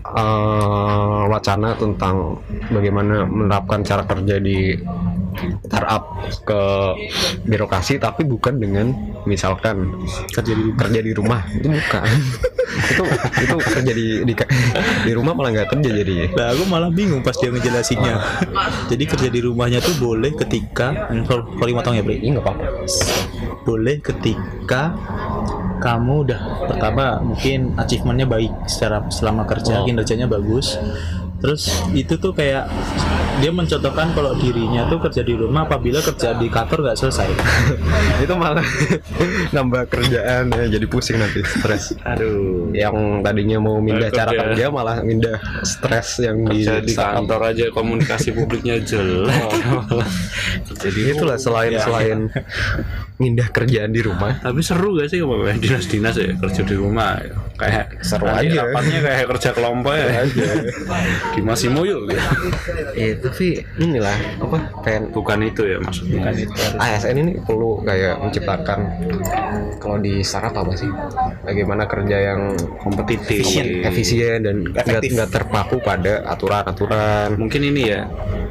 eh, wacana tentang bagaimana menerapkan cara kerja di startup ke birokrasi, tapi bukan dengan misalkan kerja di kerja di rumah itu bukan. itu itu kerja di di, di rumah malah nggak kerja jadinya. Nah, aku malah bingung pas dia ngejelasinnya. Jadi kerja di rumahnya tuh boleh ketika, kalau kalau motong ya, Bre. Ini nggak apa-apa. Boleh ketika kamu udah pertama mungkin achievementnya baik secara selama kerja, Oh. kinerjanya bagus. Terus itu tuh kayak dia mencontohkan kalau dirinya tuh kerja di rumah apabila kerja di kantor nggak selesai. Itu malah nambah kerjaan ya, jadi pusing nanti stres. Aduh. Yang tadinya mau mindah Kerja. cara kerja malah mindah stres yang Kerja di di kantor aja komunikasi publiknya jelek. Jadi itulah selain Ya. selain mindah kerjaan di rumah. Tapi seru gak sih kalau dinas-dinas ya kerja di rumah ya? Kayak Seru nanti aja. rapatnya kayak kerja kelompok ya. Di Masimo yuk. Ya tapi inilah apa kayak Bukan itu ya maksudnya. A S N ini perlu kayak menciptakan kalau di startup apa sih? Bagaimana kerja yang Kompetitif. Efisien. efisien dan nggak Efektif. nggak terpaku pada aturan-aturan. Mungkin ini ya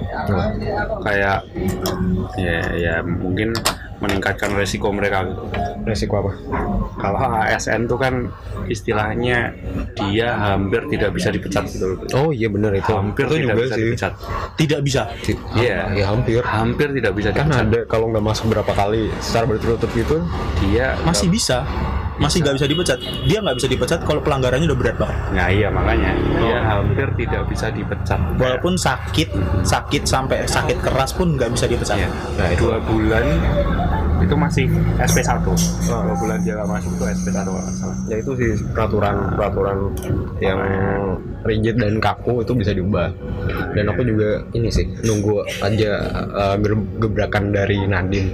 kayak ya ya mungkin meningkatkan resiko mereka. Resiko apa? Kalau A S N tuh kan istilahnya dia hampir tidak bisa dipecat gitu loh. Oh iya benar itu. Hampir itu tidak juga bisa sih. dipecat. Tidak bisa. Iya. Ya hampir. Hampir tidak bisa Kan dipecat. ada kalau nggak masuk berapa kali secara berturut-turut gitu. Dia Masih bisa. masih nggak bisa dipecat. Dia nggak bisa dipecat kalau pelanggarannya udah berat banget. Nah iya makanya dia hampir tidak bisa dipecat. Walaupun sakit, sakit sampai sakit keras pun nggak bisa dipecat. Iya. Nah, dua bulan itu masih S P satu. Dua bulan dia nggak masuk itu S P satu kalau nggak salah. Ya itu sih peraturan-peraturan yang rigid dan kaku itu bisa diubah. Dan aku juga ini sih nunggu aja uh, gebrakan dari Nadiem,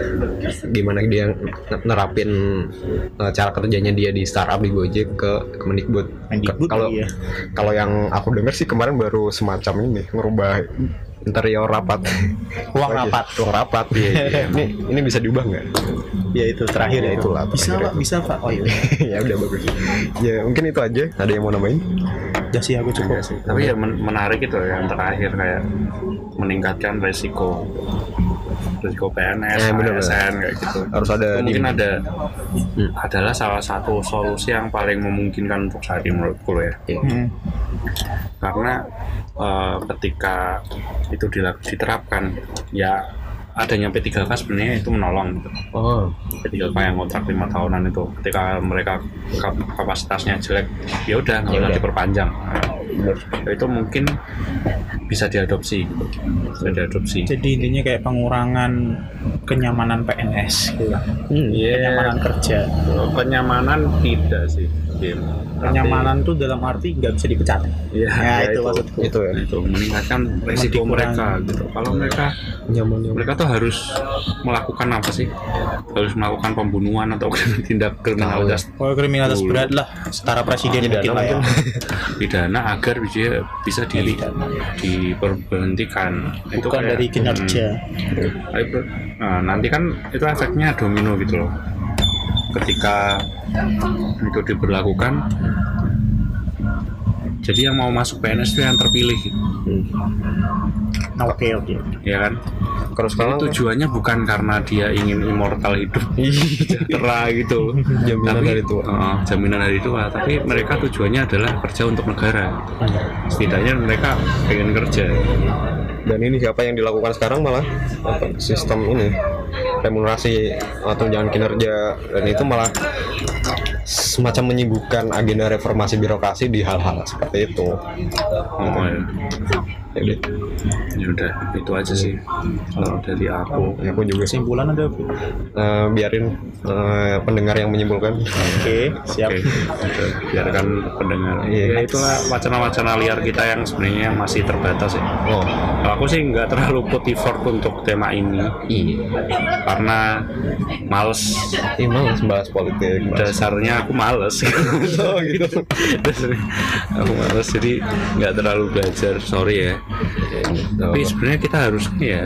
gimana dia nerapin uh, cara kerjanya dia di startup di Gojek ke Kemendikbud. Mendikbud, Kalau iya. kalau yang aku dengar sih kemarin baru semacam ini ngerubah interior rapat, Ruang rapat. ruang rapat. Iya, iya. Ini ini bisa diubah nggak? Ya itu terakhir ya Itulah, Bisa terakhir. pak, bisa pak. Oh iya. Ya udah bagus. Ya mungkin itu aja. Ada yang mau nambahin? Ya sih aku cukup. Enggak sih. Tapi ya men- menarik itu yang terakhir kayak meningkatkan resiko resiko P N S, Eh, bener, A S N kayak gitu. Harus ada Itu mungkin di- ada adalah salah satu solusi yang paling memungkinkan untuk saat ini menurutku ya. Hmm. Karena uh, ketika itu dilak- diterapkan ya adanya P tiga K sebenarnya itu menolong gitu. Oh, P tiga K yang kontrak lima tahunan itu ketika mereka kap- kapasitasnya jelek ya udah nggak Ya usah udah. diperpanjang. Nah, itu mungkin bisa diadopsi gitu. Bisa diadopsi. Jadi intinya kayak pengurangan kenyamanan P N S gitu. hmm. Kenyamanan kerja. Kenyamanan tidak sih, Kim. Kenyamanan tuh dalam arti nggak bisa dipecat. Ya, Ya, ya itu maksudku. itu ya. itu meningkatkan risiko Dikurangi. mereka gitu. Kalau mereka Nyaman nyaman. mereka tuh harus melakukan apa sih? Harus melakukan pembunuhan atau tindak kriminalitas Kalau kriminalitas Dulu. berat lah, setara presiden Pidana mungkin lah ya. pidana agar bisa bisa di, diperberhentikan. Itu Bukan kayak- dari kinerja. Hmm. Itu, nah, nanti kan itu efeknya domino gitu loh. Ketika itu diberlakukan, jadi yang mau masuk P N S itu yang terpilih, gitu. Nah, Oke oke. Ya kan? Kalau Jadi sekarang tujuannya bukan karena dia ingin immortal hidup sejahtera gitu, Jaminan tapi, hari tua. uh, jaminan hari tua. Tapi mereka tujuannya adalah kerja untuk negara. Setidaknya mereka pengen kerja. dan ini siapa yang dilakukan sekarang malah apa, sistem ini remunerasi atau tunjangan kinerja, dan itu malah semacam menyibukkan agenda reformasi birokrasi di hal-hal seperti itu. Oh ya. Jadi Ya udah itu aja sih kalau dari aku. ya aku juga sih Kesimpulan ada. Oke, eh, biarin eh, pendengar yang menyimpulkan. siap. Oke, udah, biarkan pendengar. Iya. Ya itulah wacana-wacana liar kita yang sebenarnya masih terbatas ya. Oh, Kalau aku sih nggak terlalu put effort untuk tema ini iya. karena males. Ih, males bahas politik. bahas- Dasarnya aku males. Oh gitu. Dasarnya aku males jadi nggak terlalu belajar. Sorry ya. Tapi sebenarnya kita harusnya ya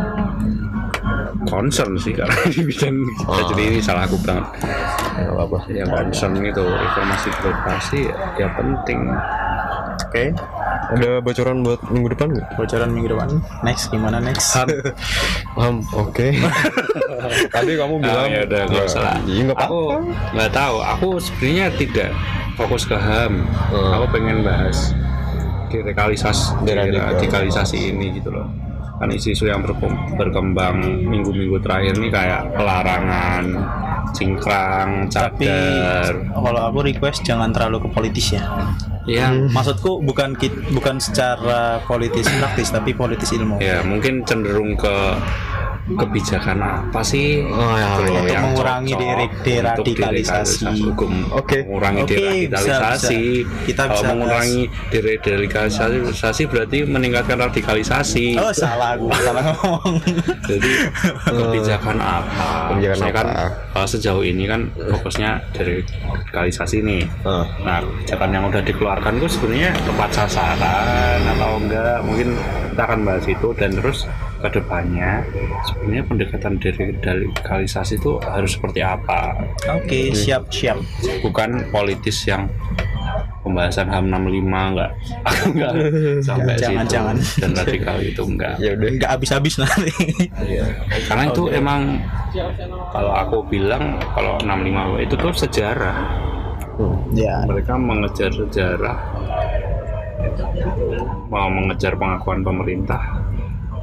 concern sih karena di bidang kita. Ah. Jadi ini salah aku banget. Ya, apa? Ya concern itu informasi birokrasi ya, ya penting. Oke, Ada bocoran buat minggu depan nggak? bocoran minggu depan. Next gimana next? Ham, oke. Tadi kamu bilang Ah, ya udah nggak usah lah. Iya nggak Aku apa-apa. nggak tahu. Aku sebenarnya tidak fokus ke H A M. Hmm. Aku pengen bahas deradikalisasi, Deradikal. deradikalisasi ini gitu loh. Kan isu-isu yang berkem- berkembang minggu-minggu terakhir ini kayak pelarangan cingkrang, Tapi cadar. kalau aku request jangan terlalu ke politis ya. Ya, Maksudku bukan kit- bukan secara politis praktis tapi politis ilmu. ya mungkin cenderung ke kebijakan apa sih Oh, ya, gitu loh untuk yang mengurangi cocok dere- untuk deradikalisasi. hukum Oke. mengurangi Oke, deradikalisasi. bisa, bisa. Kita Kalau bisa mengurangi deradikalisasi berarti meningkatkan radikalisasi. Oh salah aku salah ngomong. Jadi kebijakan apa? Kebijakan Maksudnya kan apa? kalau sejauh ini kan fokusnya deradikalisasi nih. Ah. Nah, kebijakan yang udah dikeluarkan itu sebenarnya tepat sasaran atau enggak? Mungkin kita akan bahas itu dan terus ke depannya sebenarnya pendekatan deradikalisasi itu harus seperti apa? Oke, siap siap. Bukan politis yang pembahasan H A M enam puluh lima enggak enggak sampai Jangan, situ jangan. dan radikal itu enggak. Ya udah. Nggak habis-habis nanti. Iya. Karena itu emang kalau aku bilang kalau enam puluh lima itu tuh sejarah. Ya. Mereka mengejar sejarah, mau mengejar pengakuan pemerintah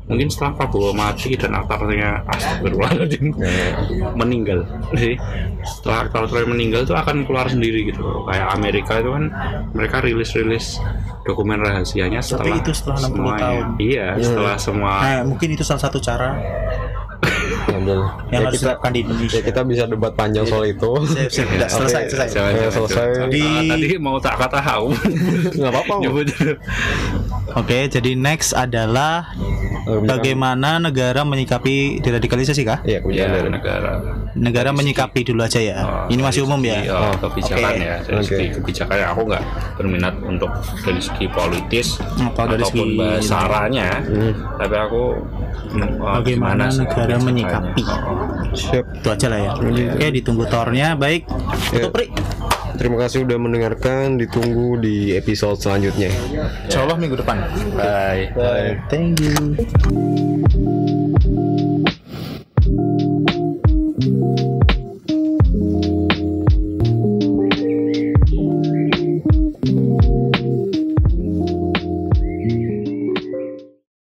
mungkin setelah Prabowo mati dan aktornya astagfirullahaladzim meninggal, jadi setelah aktor-aktor meninggal itu akan keluar sendiri gitu. Kayak Amerika itu kan mereka rilis-rilis dokumen rahasianya setelah, itu setelah enam puluh semuanya. tahun. Iya, setelah semua. Nah, mungkin itu salah satu cara Alhamdulillah. yang Ya, harus kita, diterapkan di Indonesia. ya kita bisa debat panjang soal itu. Siap, siap. Udah, selesai, Oke. selesai. Jangan, Ya, jangan, selesai. jangan. Di- Ah, tadi mau tak kata hau. Nggak apa-apa. Nyebut dulu. Oke, jadi next adalah bagaimana negara menyikapi deradikalisasi kah? Iya, kebijakan Ya, dari negara. Negara menyikapi dulu aja ya. Oh, Ini masih dari umum segi, ya. oh, kebijakan Oke. ya. Dari Oke. segi kebijakan ya, aku nggak berminat untuk dari segi politis Atau dari ataupun segi- bahasaranya, tapi aku mm, oh, Bagaimana gimana sih negara kebijakannya. menyikapi. Oh, Siap. Itu aja lah ya. Oke, ditunggu tornya. Baik. Tutup, Ri. Terima kasih udah mendengarkan. Ditunggu di episode selanjutnya. Insya Allah minggu depan. bye. Thank you.